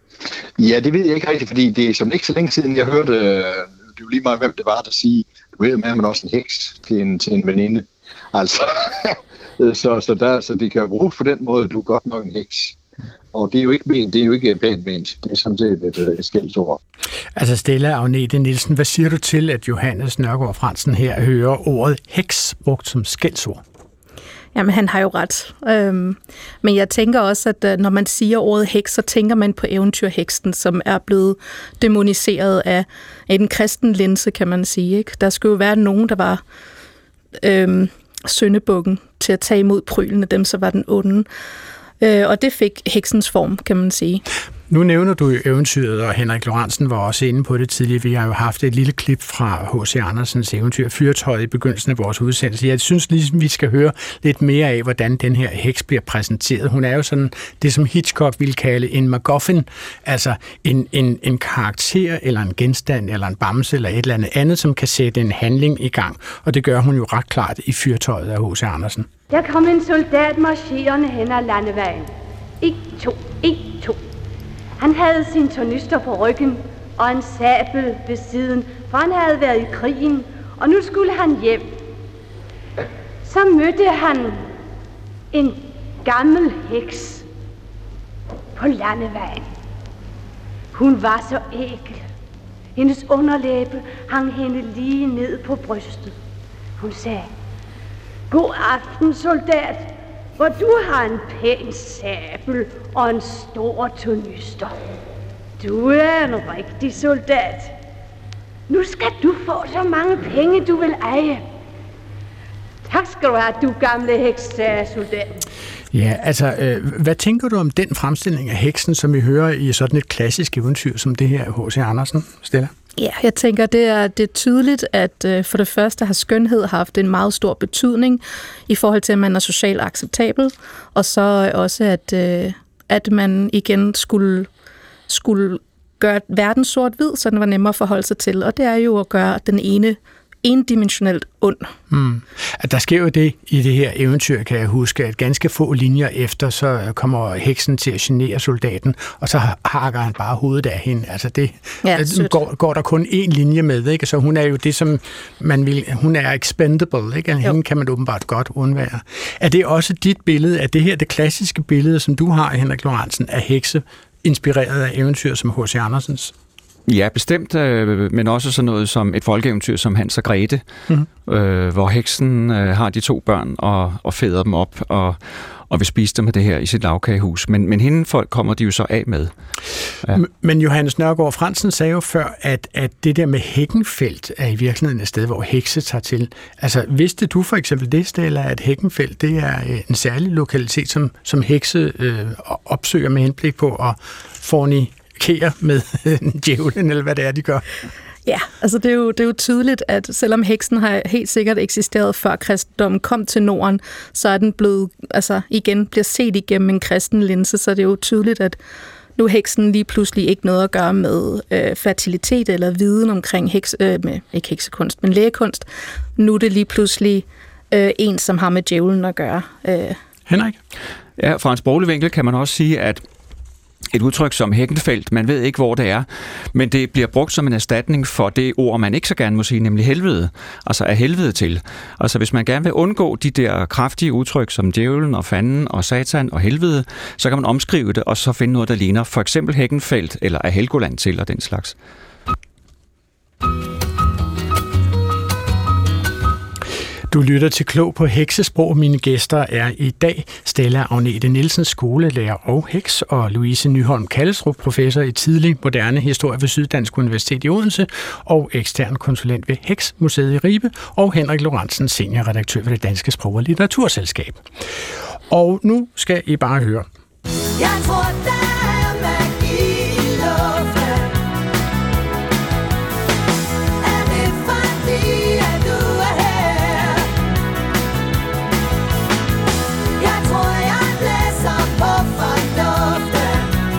Ja, det ved jeg ikke rigtigt, fordi det er som ikke så længe siden, jeg hørte, øh, det var lige meget, hvem det var, der sige, du ved med, at man også en heks til en, til en veninde. Altså, så, så, der, så det kan bruges på den måde, du er godt nok en heks. Og det er jo ikke ment, det er jo ikke pænt ment. Det er sådan set et, et skældsord. Altså Stella Agnete Nielsen, hvad siger du til, at Johannes Nørgaard Frandsen her hører ordet heks brugt som skældsord? Jamen, han har jo ret. Øhm, men jeg tænker også, at når man siger ordet heks, så tænker man på eventyrheksen, som er blevet dæmoniseret af, af den kristen linse, kan man sige. Ikke? Der skulle jo være nogen, der var øhm, syndebukken til at tage imod prylene, dem så var den onde. Øh, og det fik heksens form, kan man sige. Nu nævner du jo eventyret, og Henrik Lorentzen var også inde på det tidligere. Vi har jo haft et lille klip fra H C Andersens eventyr Fyrtøjet i begyndelsen af vores udsendelse. Jeg synes ligesom, vi skal høre lidt mere af, hvordan den her heks bliver præsenteret. Hun er jo sådan det, som Hitchcock ville kalde en MacGuffin, altså en, en, en karakter, eller en genstand, eller en bamse, eller et eller andet andet, som kan sætte en handling i gang. Og det gør hun jo ret klart i Fyrtøjet af H C Andersen. Der kom en soldat marcherende hen ad landevejen. Et, to, et, to. Han havde sin tornister på ryggen og en sabel ved siden, for han havde været i krigen, og nu skulle han hjem. Så mødte han en gammel heks på landevejen. Hun var så ækel. Hendes underlæbe hang hende lige ned på brystet. Hun sagde: "God aften, soldat, hvor du har en pæn sabel og en stor tornister. Du er en rigtig soldat. Nu skal du få så mange penge, du vil eje." "Tak skal du have, du gamle heks", sagde soldaten. Ja, altså, øh, hvad tænker du om den fremstilling af heksen, som vi hører i sådan et klassisk eventyr som det her H C Andersen, Stella? Ja, jeg tænker, det er, det er tydeligt, at øh, for det første har skønhed haft en meget stor betydning i forhold til, at man er socialt acceptabel, og så også, at, øh, at man igen skulle, skulle gøre verden sort-hvid, så den var nemmere at forholde sig til, og det er jo at gøre den ene endimensionelt ond. Mm. At der sker jo det i det her eventyr, kan jeg huske, at ganske få linjer efter, så kommer heksen til at genere soldaten, og så hakker han bare hovedet af hende. Altså det ja, går, går der kun én linje med, ikke? Så hun er jo det, som man vil, hun er expendable, ikke? Hende jo. Kan man åbenbart godt undvære. Er det også dit billede, at det her, det klassiske billede, som du har, Henrik Lorentzen, af hekse, inspireret af eventyr som H C Andersens? Ja, bestemt, øh, men også sådan noget som et folkeeventyr som Hans og Grete, mm-hmm. øh, hvor heksen øh, har de to børn og, og fæder dem op og, og vil spise dem med det her i sit lavkagehus. Men, men hende folk kommer de jo så af med. Ja. Men Johannes Nørgaard Frandsen sagde jo før, at, at det der med Hækkenfeldt er i virkeligheden et sted, hvor hekse tager til. Altså, vidste du for eksempel det, Stella, at Hækkenfeldt, det er en særlig lokalitet, som, som hekse øh, opsøger med henblik på at forni kære med djævlen, eller hvad det er, de gør? Ja, altså det er, jo, det er jo tydeligt, at selvom heksen har helt sikkert eksisteret før kristendommen kom til Norden, så er den blevet, altså igen, bliver set igennem en kristen linse, så det er jo tydeligt, at nu heksen lige pludselig ikke noget at gøre med øh, fertilitet eller viden omkring heks, øh, med, ikke heksekunst, men lægekunst. Nu er det lige pludselig øh, en, som har med djævlen at gøre. Øh. Henrik? Ja, fra en sproglig vinkel kan man også sige, at et udtryk som Hækkenfeldt, man ved ikke, hvor det er, men det bliver brugt som en erstatning for det ord, man ikke så gerne må sige, nemlig helvede, altså af helvede til. Altså hvis man gerne vil undgå de der kraftige udtryk som djævlen og fanden og satan og helvede, så kan man omskrive det og så finde noget, der ligner for eksempel Hækkenfeldt eller af Helgoland til og den slags. Du lytter til Klog på Heksesprog. Mine gæster er i dag Stella Agnete Nielsen, skolelærer og heks, og Louise Nyholm Kallesrup, professor i tidlig moderne historie ved Syddansk Universitet i Odense og ekstern konsulent ved Heksmuseet i Ribe, og Henrik Lorentzen, seniorredaktør ved Det Danske Sprog- og Litteraturselskab. Og nu skal I bare høre. Jeg tror, der er magi i luften. Er det fordi, at du er her? Jeg tror, jeg blæser på forduften.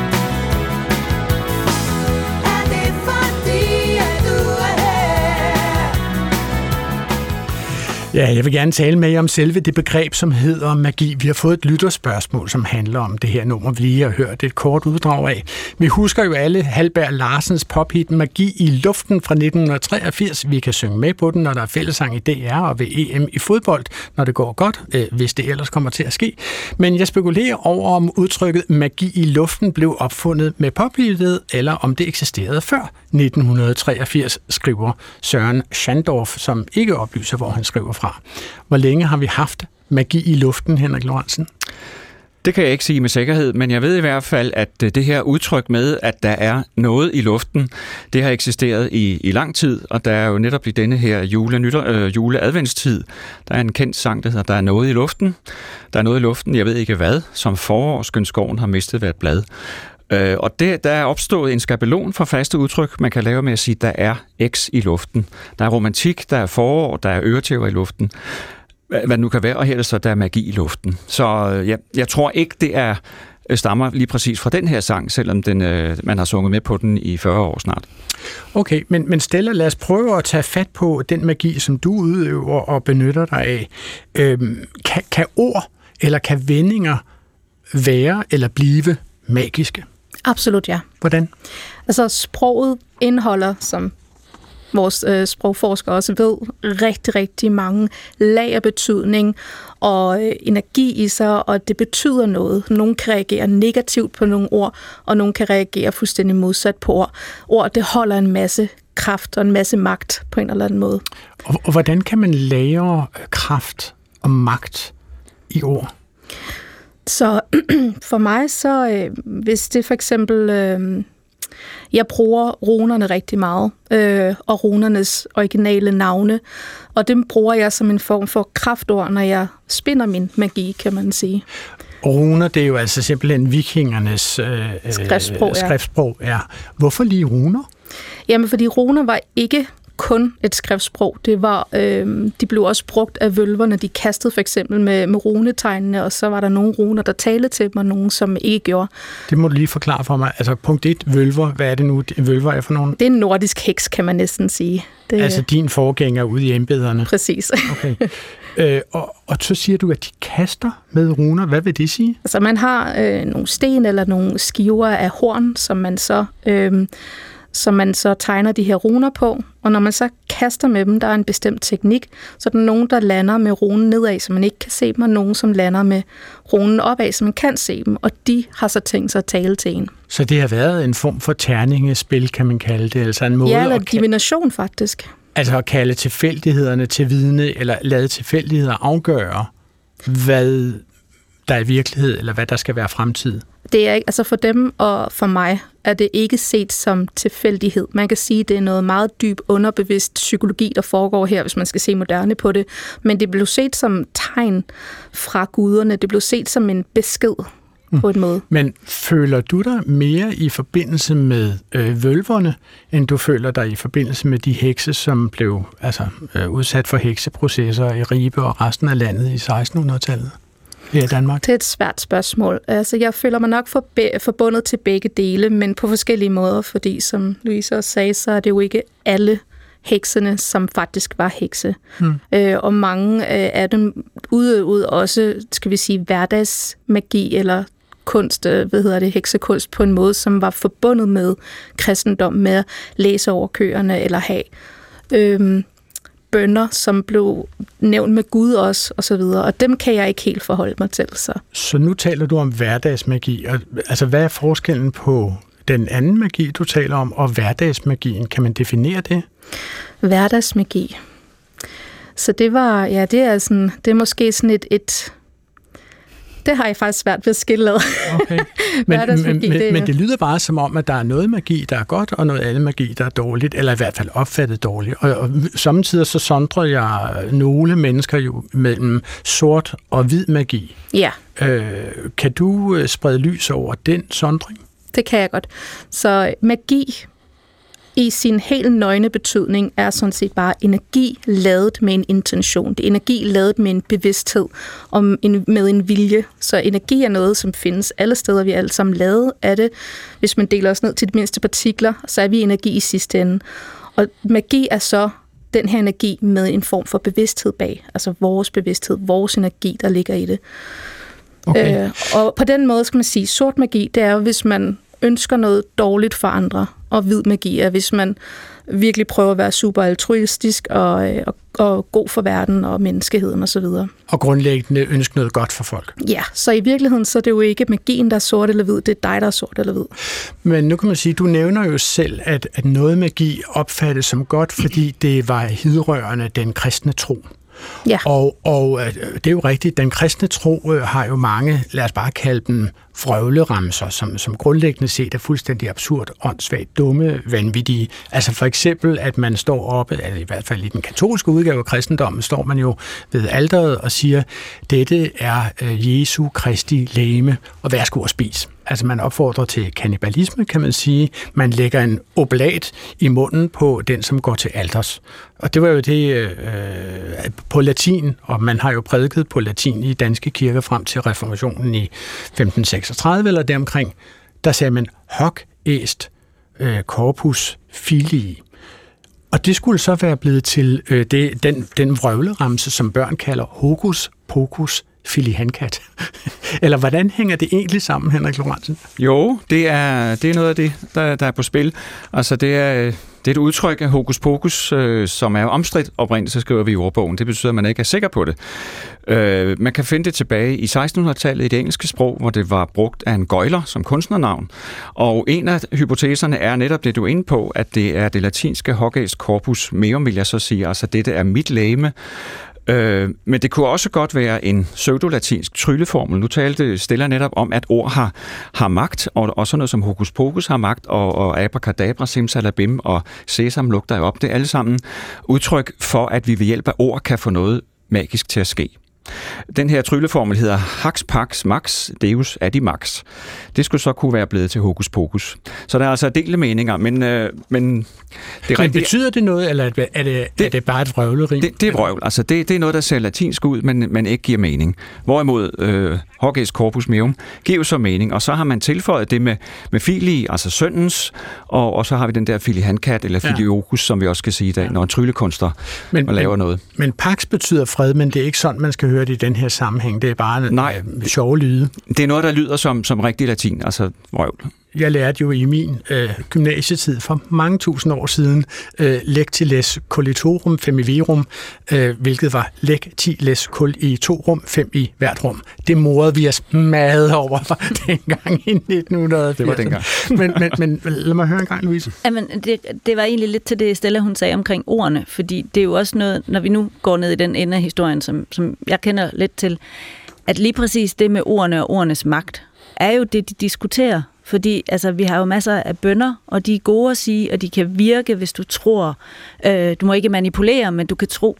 Er det fordi, at du er her? Ja, jeg vil gerne tale med jer om selve det begreb, som hedder magi. Vi har fået et lytterspørgsmål, som handler om det her nummer, vi lige har hørt et kort uddrag af. Vi husker jo alle Halberg Larsens pophit Magi i luften fra nitten treogfirs. Vi kan synge med på den, når der er fællesang i D R og ved E M i fodbold, når det går godt, hvis det ellers kommer til at ske. Men jeg spekulerer over, om udtrykket magi i luften blev opfundet med pophittet, eller om det eksisterede før nitten treogfirs, skriver Søren Schandorf, som ikke oplyser, hvor han skriver fra. Hvor længe har vi haft magi i luften, Henrik Lorentzen? Det kan jeg ikke sige med sikkerhed, men jeg ved i hvert fald, at det her udtryk med, at der er noget i luften, det har eksisteret i, i lang tid, og der er jo netop i denne her jule, øh, juleadventstid, der er en kendt sang, der hedder, der er noget i luften. Der er noget i luften, jeg ved ikke hvad, som forår, skønt skoven har mistet hvert blad. Øh, og det, der er opstået en skabelon for faste udtryk, man kan lave med at sige, der er X i luften. Der er romantik, der er forår, der er øretæver i luften. Hvad det nu kan være, og her er det så, der er magi i luften. Så ja, jeg tror ikke, det er stammer lige præcis fra den her sang, selvom den, øh, man har sunget med på den i fyrre år snart. Okay, men, men Stella, lad os prøve at tage fat på den magi, som du udøver og benytter dig af. Øhm, kan, kan ord eller kan vendinger være eller blive magiske? Absolut, ja. Hvordan? Altså, sproget indeholder, som vores øh, sprogforskere også ved, rigtig, rigtig mange lag af betydning og øh, energi i sig, og det betyder noget. Nogle kan reagere negativt på nogle ord, og nogle kan reagere fuldstændig modsat på ord. Ord, det holder en masse kraft og en masse magt på en eller anden måde. Og, og hvordan kan man lagre kraft og magt i ord? Så for mig, så øh, hvis det for eksempel... Øh, Jeg bruger runerne rigtig meget, øh, og runernes originale navne, og dem bruger jeg som en form for kraftord, når jeg spinder min magi, kan man sige. Runer, det er jo altså simpelthen vikingernes øh, skriftsprog, ja. skriftsprog. Ja. Hvorfor lige runer? Jamen, fordi runer var ikke kun et skriftsprog. Det var, øh, de blev også brugt af vølverne. De kastede for eksempel med, med runetegnene, og så var der nogle runer, der talte til dem, og nogle, som ikke gjorde. Det må du lige forklare for mig. Altså punkt et, vølver. Hvad er det nu, vølver er for nogen? Det er en nordisk heks, kan man næsten sige. Det, altså din forgænger ude i embederne? Præcis. Okay. Øh, og, og så siger du, at de kaster med runer. Hvad vil det sige? Altså man har øh, nogle sten eller nogle skiver af horn, som man så... Øh, som man så tegner de her runer på, og når man så kaster med dem, der er en bestemt teknik, så er der nogen, der lander med runen nedad, så man ikke kan se dem, og nogen, som lander med runen opad, så man kan se dem, og de har så tænkt sig at tale til en. Så det har været en form for terningespil, kan man kalde det, altså en måde ja, eller at divination faktisk. Altså at kalde tilfældighederne til vidne, eller lade tilfældigheder afgøre, hvad der er virkelighed, eller hvad der skal være fremtid. Det er ikke, altså for dem og for mig er det ikke set som tilfældighed. Man kan sige, at det er noget meget dyb underbevidst psykologi, der foregår her, hvis man skal se moderne på det. Men det blev set som tegn fra guderne. Det blev set som en besked mm. på en måde. Men føler du dig mere i forbindelse med øh, vølverne, end du føler dig i forbindelse med de hekse, som blev altså, øh, udsat for hekseprocesser i Ribe og resten af landet i sekstenhundredetallet? I Danmark? Det er et svært spørgsmål. Altså, jeg føler mig nok forbundet til begge dele, men på forskellige måder, fordi som Louise også sagde, så er det jo ikke alle heksene, som faktisk var hekse. Hmm. Øh, og mange øh, af dem udøvede også, skal vi sige, hverdagsmagi eller kunst, øh, hvad hedder det, heksekunst på en måde, som var forbundet med kristendom, med at læse over køerne eller have øh, bønner, som blev nævnt med Gud også, og så videre. Og dem kan jeg ikke helt forholde mig til. Så, så nu taler du om hverdagsmagi. Og, altså, hvad er forskellen på den anden magi, du taler om, og hverdagsmagien? Kan man definere det? Hverdagsmagi. Så det var, ja, det er sådan, det er måske sådan et, et det har jeg faktisk svært ved at skille ad. Okay. Men, men, men, men det lyder bare som om, at der er noget magi, der er godt, og noget andet magi, der er dårligt, eller i hvert fald opfattet dårligt. Og, og samtidig så sondrer jeg nogle mennesker jo mellem sort og hvid magi. Ja. Øh, kan du sprede lys over den sondring? Det kan jeg godt. Så magi i sin helt nøgne betydning er sådan set bare energi ladet med en intention. Det er energi ladet med en bevidsthed og en, med en vilje. Så energi er noget, som findes alle steder. Vi er alle sammen lavet af det. Hvis man deler os ned til de mindste partikler, så er vi energi i sidste ende. Og magi er så den her energi med en form for bevidsthed bag. Altså vores bevidsthed, vores energi, der ligger i det. Okay. Øh, og på den måde skal man sige, sort magi, det er jo, hvis man ønsker noget dårligt for andre, og hvid magi er, hvis man virkelig prøver at være super altruistisk og, og, og god for verden og menneskeheden osv. Og, og grundlæggende ønske noget godt for folk. Ja, så i virkeligheden så er det jo ikke magien, der er sort eller hvid, det er dig, der er sort eller hvid. Men nu kan man sige, du nævner jo selv, at, at noget magi opfattes som godt, fordi det var hidrørende den kristne tro. Ja. Og, og det er jo rigtigt, den kristne tro har jo mange, lad os bare kalde dem vrøvleramser, som, som grundlæggende set er fuldstændig absurd, åndssvagt, dumme, vanvittige. Altså for eksempel, at man står oppe, eller i hvert fald i den katolske udgave af kristendommen, står man jo ved alteret og siger, dette er Jesu Kristi legeme, og værsgo at spise. Altså man opfordrer til kannibalisme, kan man sige. Man lægger en oblat i munden på den, som går til alters. Og det var jo det øh, på latin, og man har jo prædiket på latin i danske kirker frem til reformationen i femten seksogtredive eller deromkring. Der sagde man hoc est øh, corpus filii. Og det skulle så være blevet til øh, det, den, den vrøvleramse, som børn kalder hokus pokus filihankat. Eller hvordan hænger det egentlig sammen, Henrik Lorentzen? Jo, det er, det er noget af det, der, der er på spil. Altså det er, det er et udtryk af hokus pokus, øh, som er omstridt oprindeligt, så skriver vi i ordbogen. Det betyder, at man ikke er sikker på det. Øh, man kan finde det tilbage i sekstenhundredetallet i det engelske sprog, hvor det var brugt af en gøjler som kunstnernavn. Og en af hypoteserne er netop det, du er inde på, at det er det latinske hoc est corpus meum, vil jeg så sige. Altså dette er mit legeme. Øh, men det kunne også godt være en pseudolatinsk trylleformel. Nu talte Stella netop om, at ord har, har magt, og, og sådan noget som hokus pokus har magt, og, og abracadabra, simsalabim og sesam lugter jo op. Det er alle sammen udtryk for, at vi ved hjælp af ord kan få noget magisk til at ske. Den her trylleformel hedder Hax Pax Max Deus Adimax. Det skulle så kunne være blevet til hokus pokus. Så der er altså delte meninger, men, øh, men det men rigtige... betyder det noget, eller er det, det, er det bare et vrøvleri? Det, det er vrøvl. Altså det, det er noget, der ser latinsk ud, men, men ikke giver mening. Hvorimod øh, hoc est corpus meum giver så mening, og så har man tilføjet det med, med filii, altså søndens, og, og så har vi den der filihankat, eller filiokus, ja. Som vi også skal sige i dag, når en tryllekunstner men, laver men, noget. Men pax betyder fred, men det er ikke sådan, man skal høre det i den her sammenhæng. Det er bare en Nej, øh, sjove lyde. Det er noget, der lyder som, som rigtig latin, altså vrøvl. Jeg lærte jo i min øh, gymnasietid for mange tusind år siden øh, lectiles colitorum femiverum, øh, hvilket var lectiles col i to rum, fem i hvert rum. Det morede vi os meget over dengang i nitten hundrede. Det var dengang. men, men, men lad mig høre en gang, Louise. Jamen, det, det var egentlig lidt til det, Stella hun sagde omkring ordene, fordi det er jo også noget, når vi nu går ned i den ende af historien, som, som jeg kender lidt til, at lige præcis det med ordene og ordenes magt, er jo det, de diskuterer. Fordi altså, vi har jo masser af bønner, og de er gode at sige, og de kan virke, hvis du tror. Øh, du må ikke manipulere, men du kan tro.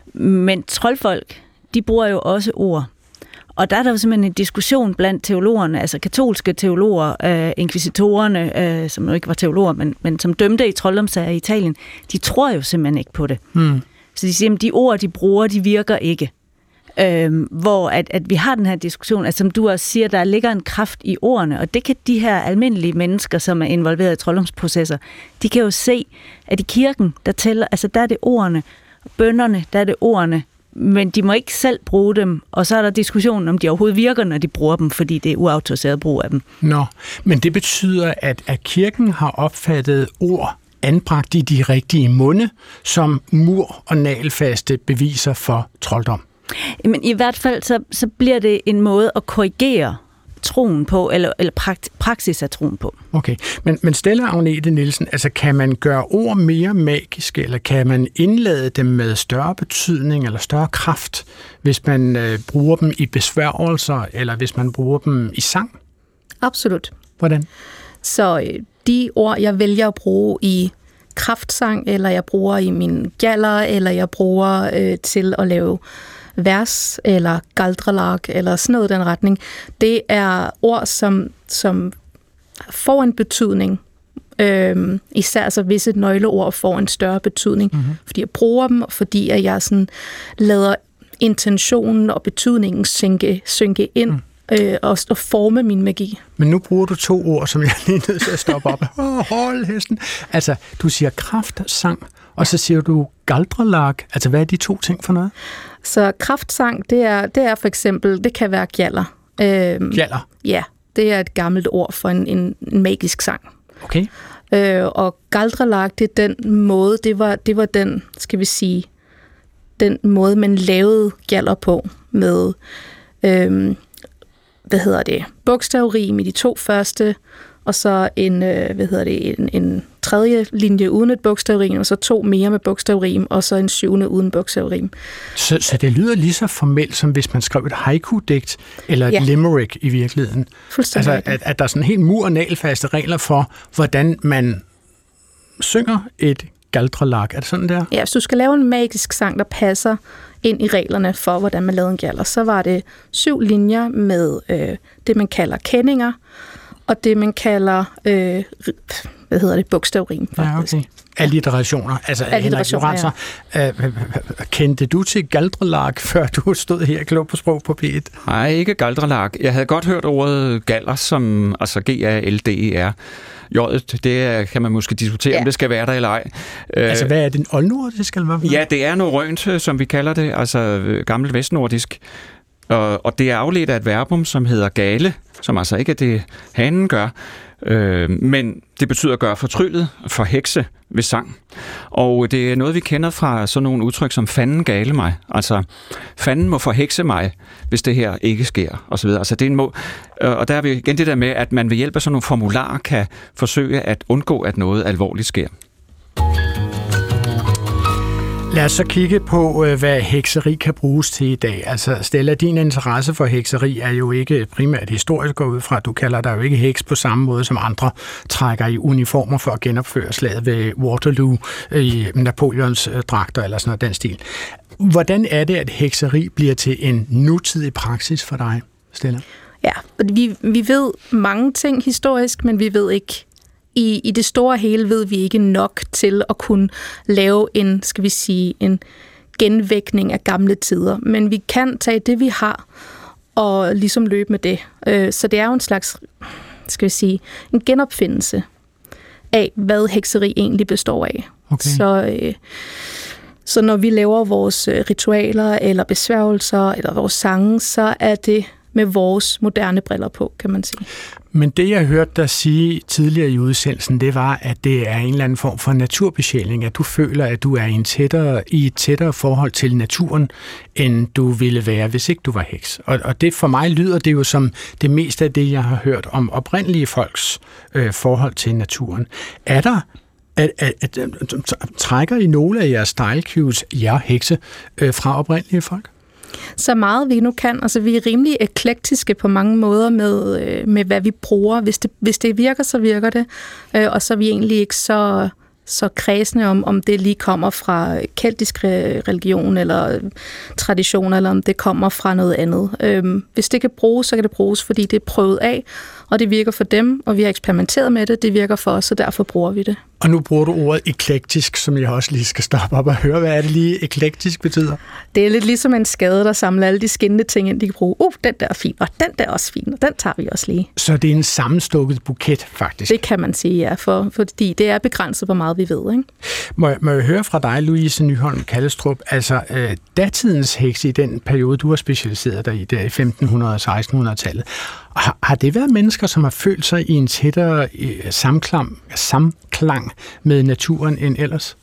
Men troldfolk, de bruger jo også ord. Og der er der jo simpelthen en diskussion blandt teologerne, altså katolske teologer, øh, inkvisitorerne, øh, som jo ikke var teologer, men, men som dømte i trolddomssager i Italien, de tror jo simpelthen ikke på det. Hmm. Så de siger, at de ord, de bruger, de virker ikke. Øhm, hvor at, at vi har den her diskussion, at som du også siger, der ligger en kraft i ordene, og det kan de her almindelige mennesker, som er involveret i trolddomsprocesser, de kan jo se, at i kirken, der tæller, altså der er det ordene, bønnerne, der er det ordene, men de må ikke selv bruge dem, og så er der diskussionen, om de overhovedet virker, når de bruger dem, fordi det er uautoriseret brug af dem. Nå, men det betyder, at, at kirken har opfattet ord anbragt i de rigtige munde, som mur- og nagelfaste beviser for trolddom. Men i hvert fald, så, så bliver det en måde at korrigere troen på, eller, eller prakt, praksis af troen på. Okay, men, men Stella Agnete Nielsen, altså kan man gøre ord mere magiske, eller kan man indlade dem med større betydning eller større kraft, hvis man øh, bruger dem i besværgelser, eller hvis man bruger dem i sang? Absolut. Hvordan? Så øh, de ord, jeg vælger at bruge i kraftsang, eller jeg bruger i mine galler, eller jeg bruger øh, til at lave vers eller galdralag eller sådan noget i den retning. Det er ord, som, som får en betydning. Øhm, især altså visse nøgleord får en større betydning, mm-hmm. fordi jeg bruger dem, og fordi at jeg sådan lader intentionen og betydningen synke, synke ind mm. øh, og, og forme min magi. Men nu bruger du to ord, som jeg er lige nødt til at stoppe op. Oh, hold hesten. Altså, du siger kraft, sang, og så siger du galdrelag? Altså, hvad er de to ting for noget? Så kraftsang, det er, det er for eksempel, det kan være gjaller. Øhm, Gjaller? Ja, det er et gammelt ord for en, en, en magisk sang. Okay. Øh, og galdrelag, det er den måde, det var, det var den, skal vi sige, den måde, man lavede gjaller på med, øhm, hvad hedder det, bogstavrim i de to første, og så en, øh, hvad hedder det, en, en tredje linje uden et bogstavrim, og så to mere med bogstavrim, og så en syvende uden bogstavrim. Så, så det lyder lige så formelt, som hvis man skrev et haiku-digt, eller et Ja. limerick i virkeligheden. Fuldstændig Altså, at, at der er sådan helt mur- og nagelfaste regler for, hvordan man synger et galdrelag. Er det sådan der? Ja, hvis du skal lave en magisk sang, der passer ind i reglerne for, hvordan man lavede en gjalder, så var det syv linjer med øh, det, man kalder kendinger, og det, man kalder, øh, hvad hedder det, bogstavrim, faktisk. Ja, okay. Alliterationer. Altså, Alliterationer, Henrik Lorentzen, øh, kendte du til galdrelag, før du stod her klog på sprog på P et? Nej, ikke galdrelag. Jeg havde godt hørt ordet galler, som altså G A L D E R. J'et, det kan man måske diskutere, ja. om det skal være der eller ej. Altså, hvad er det? Oldnordisk, eller hvad? Ja, det er norrønt, som vi kalder det, altså gammelt vestnordisk. Og, og det er afledt af et verbum, som hedder gale, som altså ikke er det, hanen gør, øh, men det betyder at gøre fortryllet, for hekse ved sang. Og det er noget, vi kender fra sådan nogle udtryk som fanden gale mig. Altså, fanden må forhekse mig, hvis det her ikke sker, og så videre. Altså, det er en må... Og der er vi igen det der med, at man ved hjælp af sådan nogle formularer kan forsøge at undgå, at noget alvorligt sker. Lad os så kigge på, hvad hekseri kan bruges til i dag. Altså, Stella, din interesse for hekseri er jo ikke primært historisk gået ud fra. Du kalder dig jo ikke heks på samme måde, som andre trækker i uniformer for at genopføre slaget ved Waterloo i Napoleons dragter eller sådan noget, den stil. Hvordan er det, at hekseri bliver til en nutidig praksis for dig, Stella? Ja, vi, vi ved mange ting historisk, men vi ved ikke I, I det store hele ved vi ikke nok til at kunne lave en, skal vi sige, en genvækning af gamle tider. Men vi kan tage det, vi har, og ligesom løbe med det. Så det er jo en slags, skal vi sige, en genopfindelse af, hvad hekseri egentlig består af. Okay. Så, så når vi laver vores ritualer, eller besværgelser, eller vores sange, så er det med vores moderne briller på, kan man sige. Men det, jeg hørte dig sige tidligere i udsendelsen, det var, at det er en eller anden form for naturbesjæling, at du føler, at du er i, en tættere, i et tættere forhold til naturen, end du ville være, hvis ikke du var heks. Og, og det for mig lyder det jo som det meste af det, jeg har hørt om oprindelige folks øh, forhold til naturen. Er der At, at, at, at, trækker I nogle af jeres style cues, jer hekse, øh, fra oprindelige folk? Så meget vi nu kan. Altså, vi er rimelig eklektiske på mange måder med, øh, med hvad vi bruger. Hvis det, hvis det virker, så virker det. Øh, og så er vi egentlig ikke så, så kredsende om, om det lige kommer fra keltisk religion eller tradition, eller om det kommer fra noget andet. Øh, hvis det kan bruges, så kan det bruges, fordi det er prøvet af, og det virker for dem, og vi har eksperimenteret med det. Det virker for os, og derfor bruger vi det. Og nu bruger du ordet eklektisk, som jeg også lige skal stoppe op og høre. Hvad er det lige eklektisk betyder? Det er lidt ligesom en skade, der samler alle de skinnende ting ind, de kan bruge. Uh, den der er fin, og den der er også fin, og den tager vi også lige. Så det er en sammenstukket buket, faktisk? Det kan man sige, ja, for, fordi det er begrænset, hvor meget vi ved. Ikke? Må, jeg, må jeg høre fra dig, Louise Nyholm Kallestrup, altså øh, datidens hekse i den periode, du har specialiseret dig i, der i femten hundrede og seksten hundrede-tallet, har, har det været mennesker, som har følt sig i en tættere øh, samklang, samklang med naturen end ellers?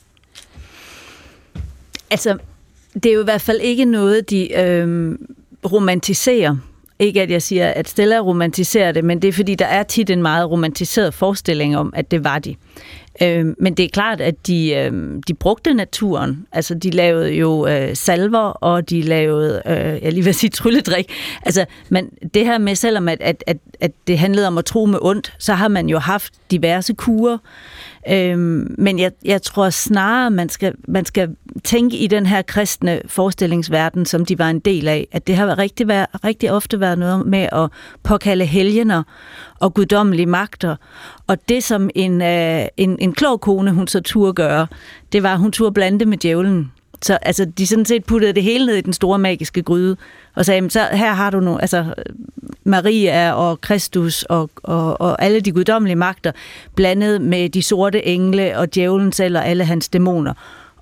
Altså, det er jo i hvert fald ikke noget, de øh, romantiserer. Ikke at jeg siger, at Stella romantiserer det, men det er fordi, der er tit en meget romantiseret forestilling om, at det var de. Øh, men det er klart, at de, øh, de brugte naturen. Altså, de lavede jo øh, salver, og de lavede, øh, jeg lige vil sige, trylledrik. Altså, men det her med, selvom at, at, at, at det handlede om at tro med ondt, så har man jo haft diverse kurer. Øhm, men jeg, jeg tror snarere, man skal, man skal tænke i den her kristne forestillingsverden, som de var en del af, at det har rigtig, rigtig ofte været noget med at påkalde helgener og guddommelige magter. Og det, som en, øh, en, en klog kone, hun så turde gøre, det var, at hun turde blande med djævlen. Så altså, de sådan set puttede det hele ned i den store magiske gryde, og sagde, så her har du nu, altså Maria og Kristus og, og, og alle de guddommelige magter, blandet med de sorte engle og djævlen selv og alle hans dæmoner.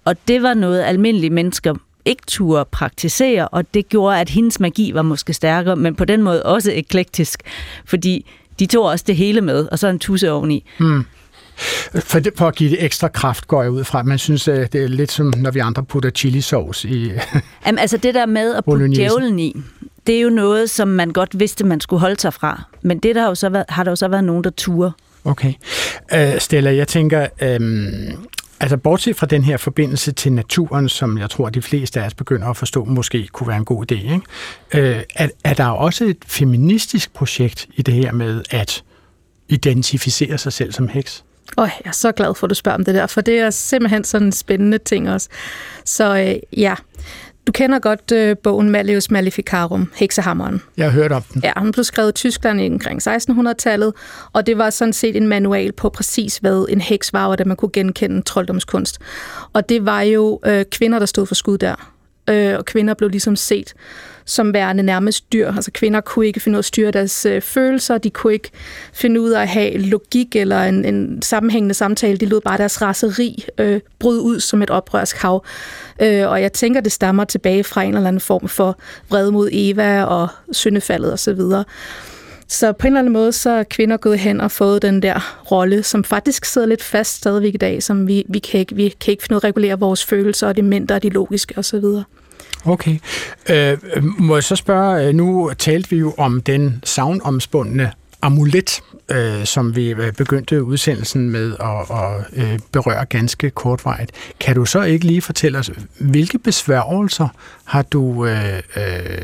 Og det var noget, almindelige mennesker ikke turde praktisere, og det gjorde, at hendes magi var måske stærkere, men på den måde også eklektisk, fordi de tog også det hele med, og så en tusse oveni. Hmm. For, det, for at give det ekstra kraft, går jeg ud fra. Man synes, det er lidt som, når vi andre putter chilisauce i Jamen, altså det der med at putte djævlen i, det er jo noget, som man godt vidste, man skulle holde sig fra. Men det der har, jo så været, har der jo så været nogen, der turer. Okay. Uh, Stella, jeg tænker, um, altså bortset fra den her forbindelse til naturen, som jeg tror, de fleste af os begynder at forstå, måske kunne være en god idé, ikke? Uh, er, er der også et feministisk projekt i det her med at identificere sig selv som heks? Åh, oh, jeg er så glad for, at du spørger om det der, for det er simpelthen sådan en spændende ting også. Så øh, ja, du kender godt øh, bogen Malleus Maleficarum, Heksehammeren. Jeg har hørt om den. Ja, den blev skrevet i Tyskland omkring sekstenhundredetallet, og det var sådan set en manual på præcis, hvad en heks var, og da man kunne genkende trolddomskunst. Og det var jo øh, kvinder, der stod for skud der. Øh, og kvinder blev ligesom set som værende nærmest dyr. Altså kvinder kunne ikke finde ud af at styre deres øh, følelser, de kunne ikke finde ud af at have logik eller en, en sammenhængende samtale. De lod bare deres raseri øh, bryde ud som et oprørsk hav. Øh, og jeg tænker, det stammer tilbage fra en eller anden form for vrede mod Eva og syndefaldet osv. Så, så på en eller anden måde, så er kvinder gået hen og fået den der rolle, som faktisk sidder lidt fast stadigvæk i dag, som vi, vi, kan, ikke, vi kan ikke finde ud af at regulere vores følelser og de mindre og de logiske osv. Okay. Øh, må jeg så spørge, nu talte vi jo om den savnomspundne amulet, øh, som vi begyndte udsendelsen med at, at øh, berøre ganske kortvarigt. Kan du så ikke lige fortælle os, hvilke besværgelser har du øh, øh,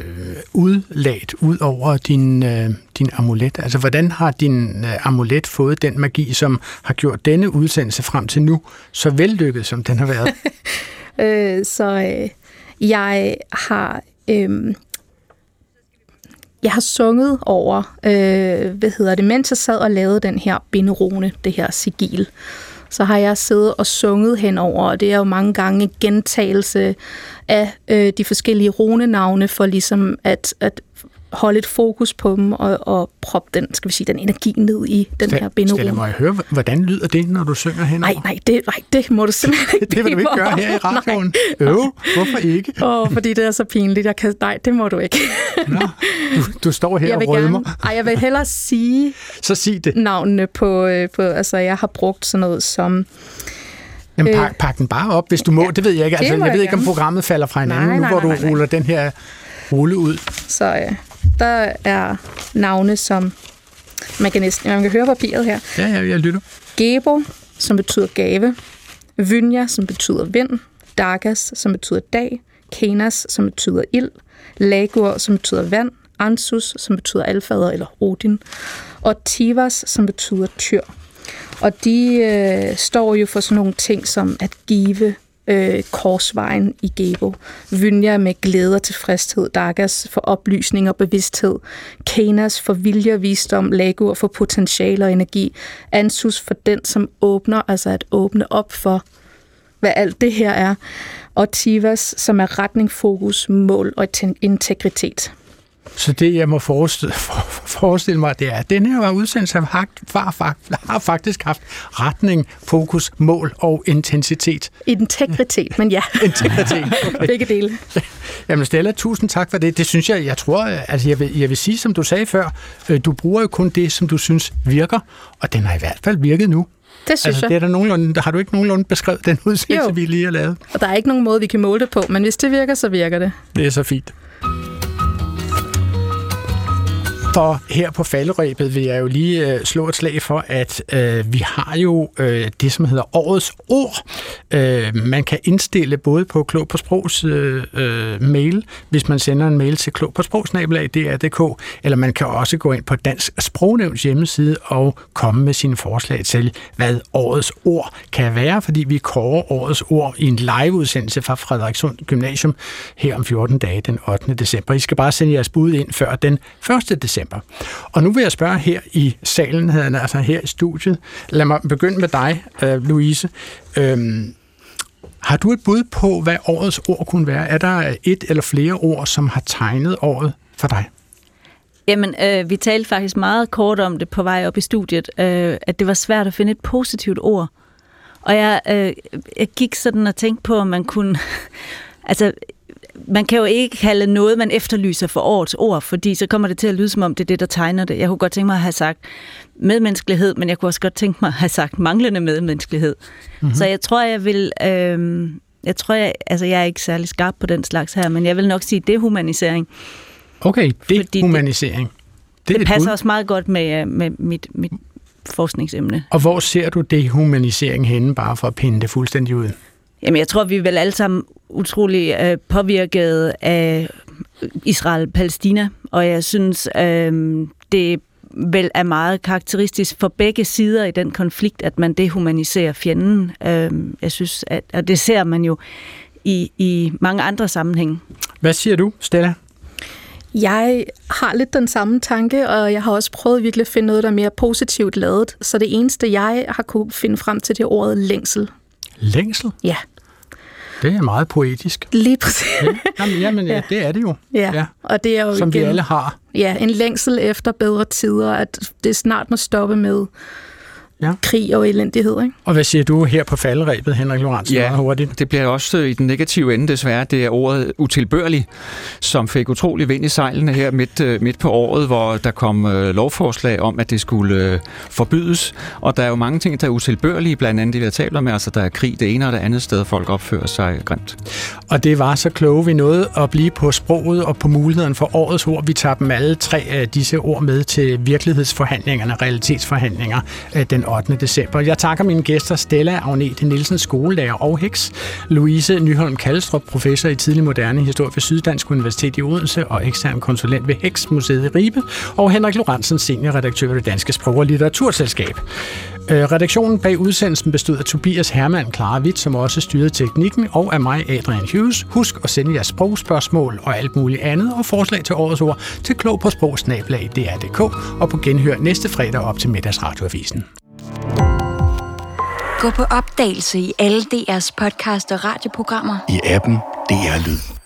udladt ud over din, øh, din amulet? Altså, hvordan har din øh, amulet fået den magi, som har gjort denne udsendelse frem til nu så vellykket, som den har været? øh, så øh, jeg har... Øh, Jeg har sunget over, øh, hvad hedder det, mens jeg sad og lavede den her binderone, det her sigil, så har jeg siddet og sunget henover, og det er jo mange gange gentagelse af øh, de forskellige runenavne, for ligesom at, at holde et fokus på dem og, og proppe den, skal vi sige, den energi ned i den Stel, her binderone. Stella, må jeg høre, hvordan lyder det, når du synger henover? Nej, nej, det, nej, det må du simpelthen ikke. Det vil du ikke gøre her i radioen. Øv, hvorfor ikke? Åh, oh, fordi det er så pinligt. Jeg kan, nej, det må du ikke. Nå, du, du står her og rødmer. Gerne, ej, jeg vil hellere sige så sig det. Navnene på, på, altså jeg har brugt sådan noget som... Jamen, pak, pak den bare op, hvis du må. Ja, det ved jeg ikke. Altså, jeg, jeg ved ikke, om programmet falder fra hinanden, nej, nej, nu hvor nej, nej, du ruller nej. den her rulle ud. Så ja, der er navne, som man kan næsten... Man kan høre papiret her. Ja, ja, jeg lytter. Gebo, som betyder gave. Vynja, som betyder vind. Dagas, som betyder dag. Kenas, som betyder ild. Lagur, som betyder vand. Ansus, som betyder alfader eller Odin. Og Tivas, som betyder tyr. Og de øh, står jo for sådan nogle ting som at give øh, korsvejen i Gebo. Vynja med glæde og tilfredshed. Dagas for oplysning og bevidsthed. Kenas for vilje og visdom. Lagur for potentiale og energi. Ansus for den, som åbner, altså at åbne op for, hvad alt det her er. Og Tivas, som er retning, fokus, mål og integritet. Så det, jeg må forestille, forestille mig, det er, at den her udsendelse har, har faktisk haft retning, fokus, mål og intensitet. Integritet, men ja. Integritet, okay. Begge dele. Jamen Stella, tusind tak for det. Det synes jeg, jeg tror, altså jeg vil, jeg vil sige, som du sagde før, du bruger jo kun det, som du synes virker, og den har i hvert fald virket nu. Det synes altså, jeg. Det er der nogenlunde, har du ikke nogenlunde beskrevet den udsendelse, jo. vi lige har lavet? Og der er ikke nogen måde, vi kan måle det på, men hvis det virker, så virker det. Det er så fint. For her på falderæbet vil jeg jo lige øh, slå et slag for, at øh, vi har jo øh, det, som hedder årets ord. Øh, man kan indstille både på Klog på Sprogs øh, øh, mail, hvis man sender en mail til klog på sprog snabel-a d r punktum d k, eller man kan også gå ind på Dansk Sprognævns hjemmeside og komme med sine forslag til, hvad årets ord kan være, fordi vi kårer årets ord i en liveudsendelse fra Frederikssund Gymnasium her om fjorten dage den ottende december. I skal bare sende jeres bud ind før den første december. Og nu vil jeg spørge her i salen, altså her i studiet. Lad mig begynde med dig, Louise. Øhm, har du et bud på, hvad årets ord kunne være? Er der et eller flere ord, som har tegnet året for dig? Jamen, øh, vi talte faktisk meget kort om det på vej op i studiet, øh, at det var svært at finde et positivt ord. Og jeg, øh, jeg gik sådan og tænkte på, om man kunne... altså, man kan jo ikke kalde noget, man efterlyser for årets ord, fordi så kommer det til at lyde, som om det er det, der tegner det. Jeg kunne godt tænke mig at have sagt medmenneskelighed, men jeg kunne også godt tænke mig at have sagt manglende medmenneskelighed. Mm-hmm. Så jeg tror, jeg vil... Øh, jeg tror, jeg, altså, jeg er ikke særlig skarp på den slags her, men jeg vil nok sige dehumanisering. Okay, dehumanisering. Det, det, det passer også meget godt med, med mit, mit forskningsemne. Og hvor ser du dehumanisering henne, bare for at pinde det fuldstændig ud? Jamen, jeg tror, vi er vel alle sammen utrolig øh, påvirket af Israel-Palæstina, og jeg synes, øh, det vel er meget karakteristisk for begge sider i den konflikt, at man dehumaniserer fjenden. Øh, jeg synes, at, og det ser man jo i, i mange andre sammenhænge. Hvad siger du, Stella? Jeg har lidt den samme tanke, og jeg har også prøvet virkelig at finde noget, der er mere positivt lavet. Så det eneste, jeg har kunne finde frem til, det er ordet længsel. Længsel? Ja. Det er meget poetisk. Lige præcis. Ja. Jamen, jamen ja, det er det jo. Ja, ja. Og det er jo som igen, vi alle har. Ja, en længsel efter bedre tider, at det snart må stoppe med ja. krig og elendighed. Ikke? Og hvad siger du her på falderebet, Henrik Lorentzen? Ja, hurtigt? Det bliver også i den negative ende desværre. Det er ordet utilbørlig, som fik utrolig vind i sejlene her midt, midt på året, hvor der kom øh, lovforslag om, at det skulle øh, forbydes. Og der er jo mange ting, der er utilbørlige, blandt andet det, vi har talt om. Altså, der er krig det ene og det andet sted, folk opfører sig grimt. Og det var så kloge, vi nåede at blive på sproget og på muligheden for årets ord. Vi tager dem alle tre af disse ord med til virkelighedsforhandlingerne, realitetsforhandlinger den ottende december. Jeg takker mine gæster Stella Agnete Nielsen, skolelærer og heks, Louise Nyholm Kalstrup, professor i tidlig moderne historie ved Syddansk Universitet i Odense og ekstern konsulent ved Heksmuseet i Ribe, og Henrik Lorentzen, seniorredaktør ved Det Danske Sprog- og Litteraturselskab. Redaktionen bag udsendelsen bestod af Tobias Hermann, Clara Witt, som også styrede teknikken, og af mig, Adrian Hughes. Husk at sende jeres sprogspørgsmål og alt muligt andet og forslag til årets ord til klog på sprog snabel-a d r punktum d k og på genhør næste fredag op til Middagsradioavisen. Gå på opdagelse i alle D R's podcast og radioprogrammer. I appen D R Lyd.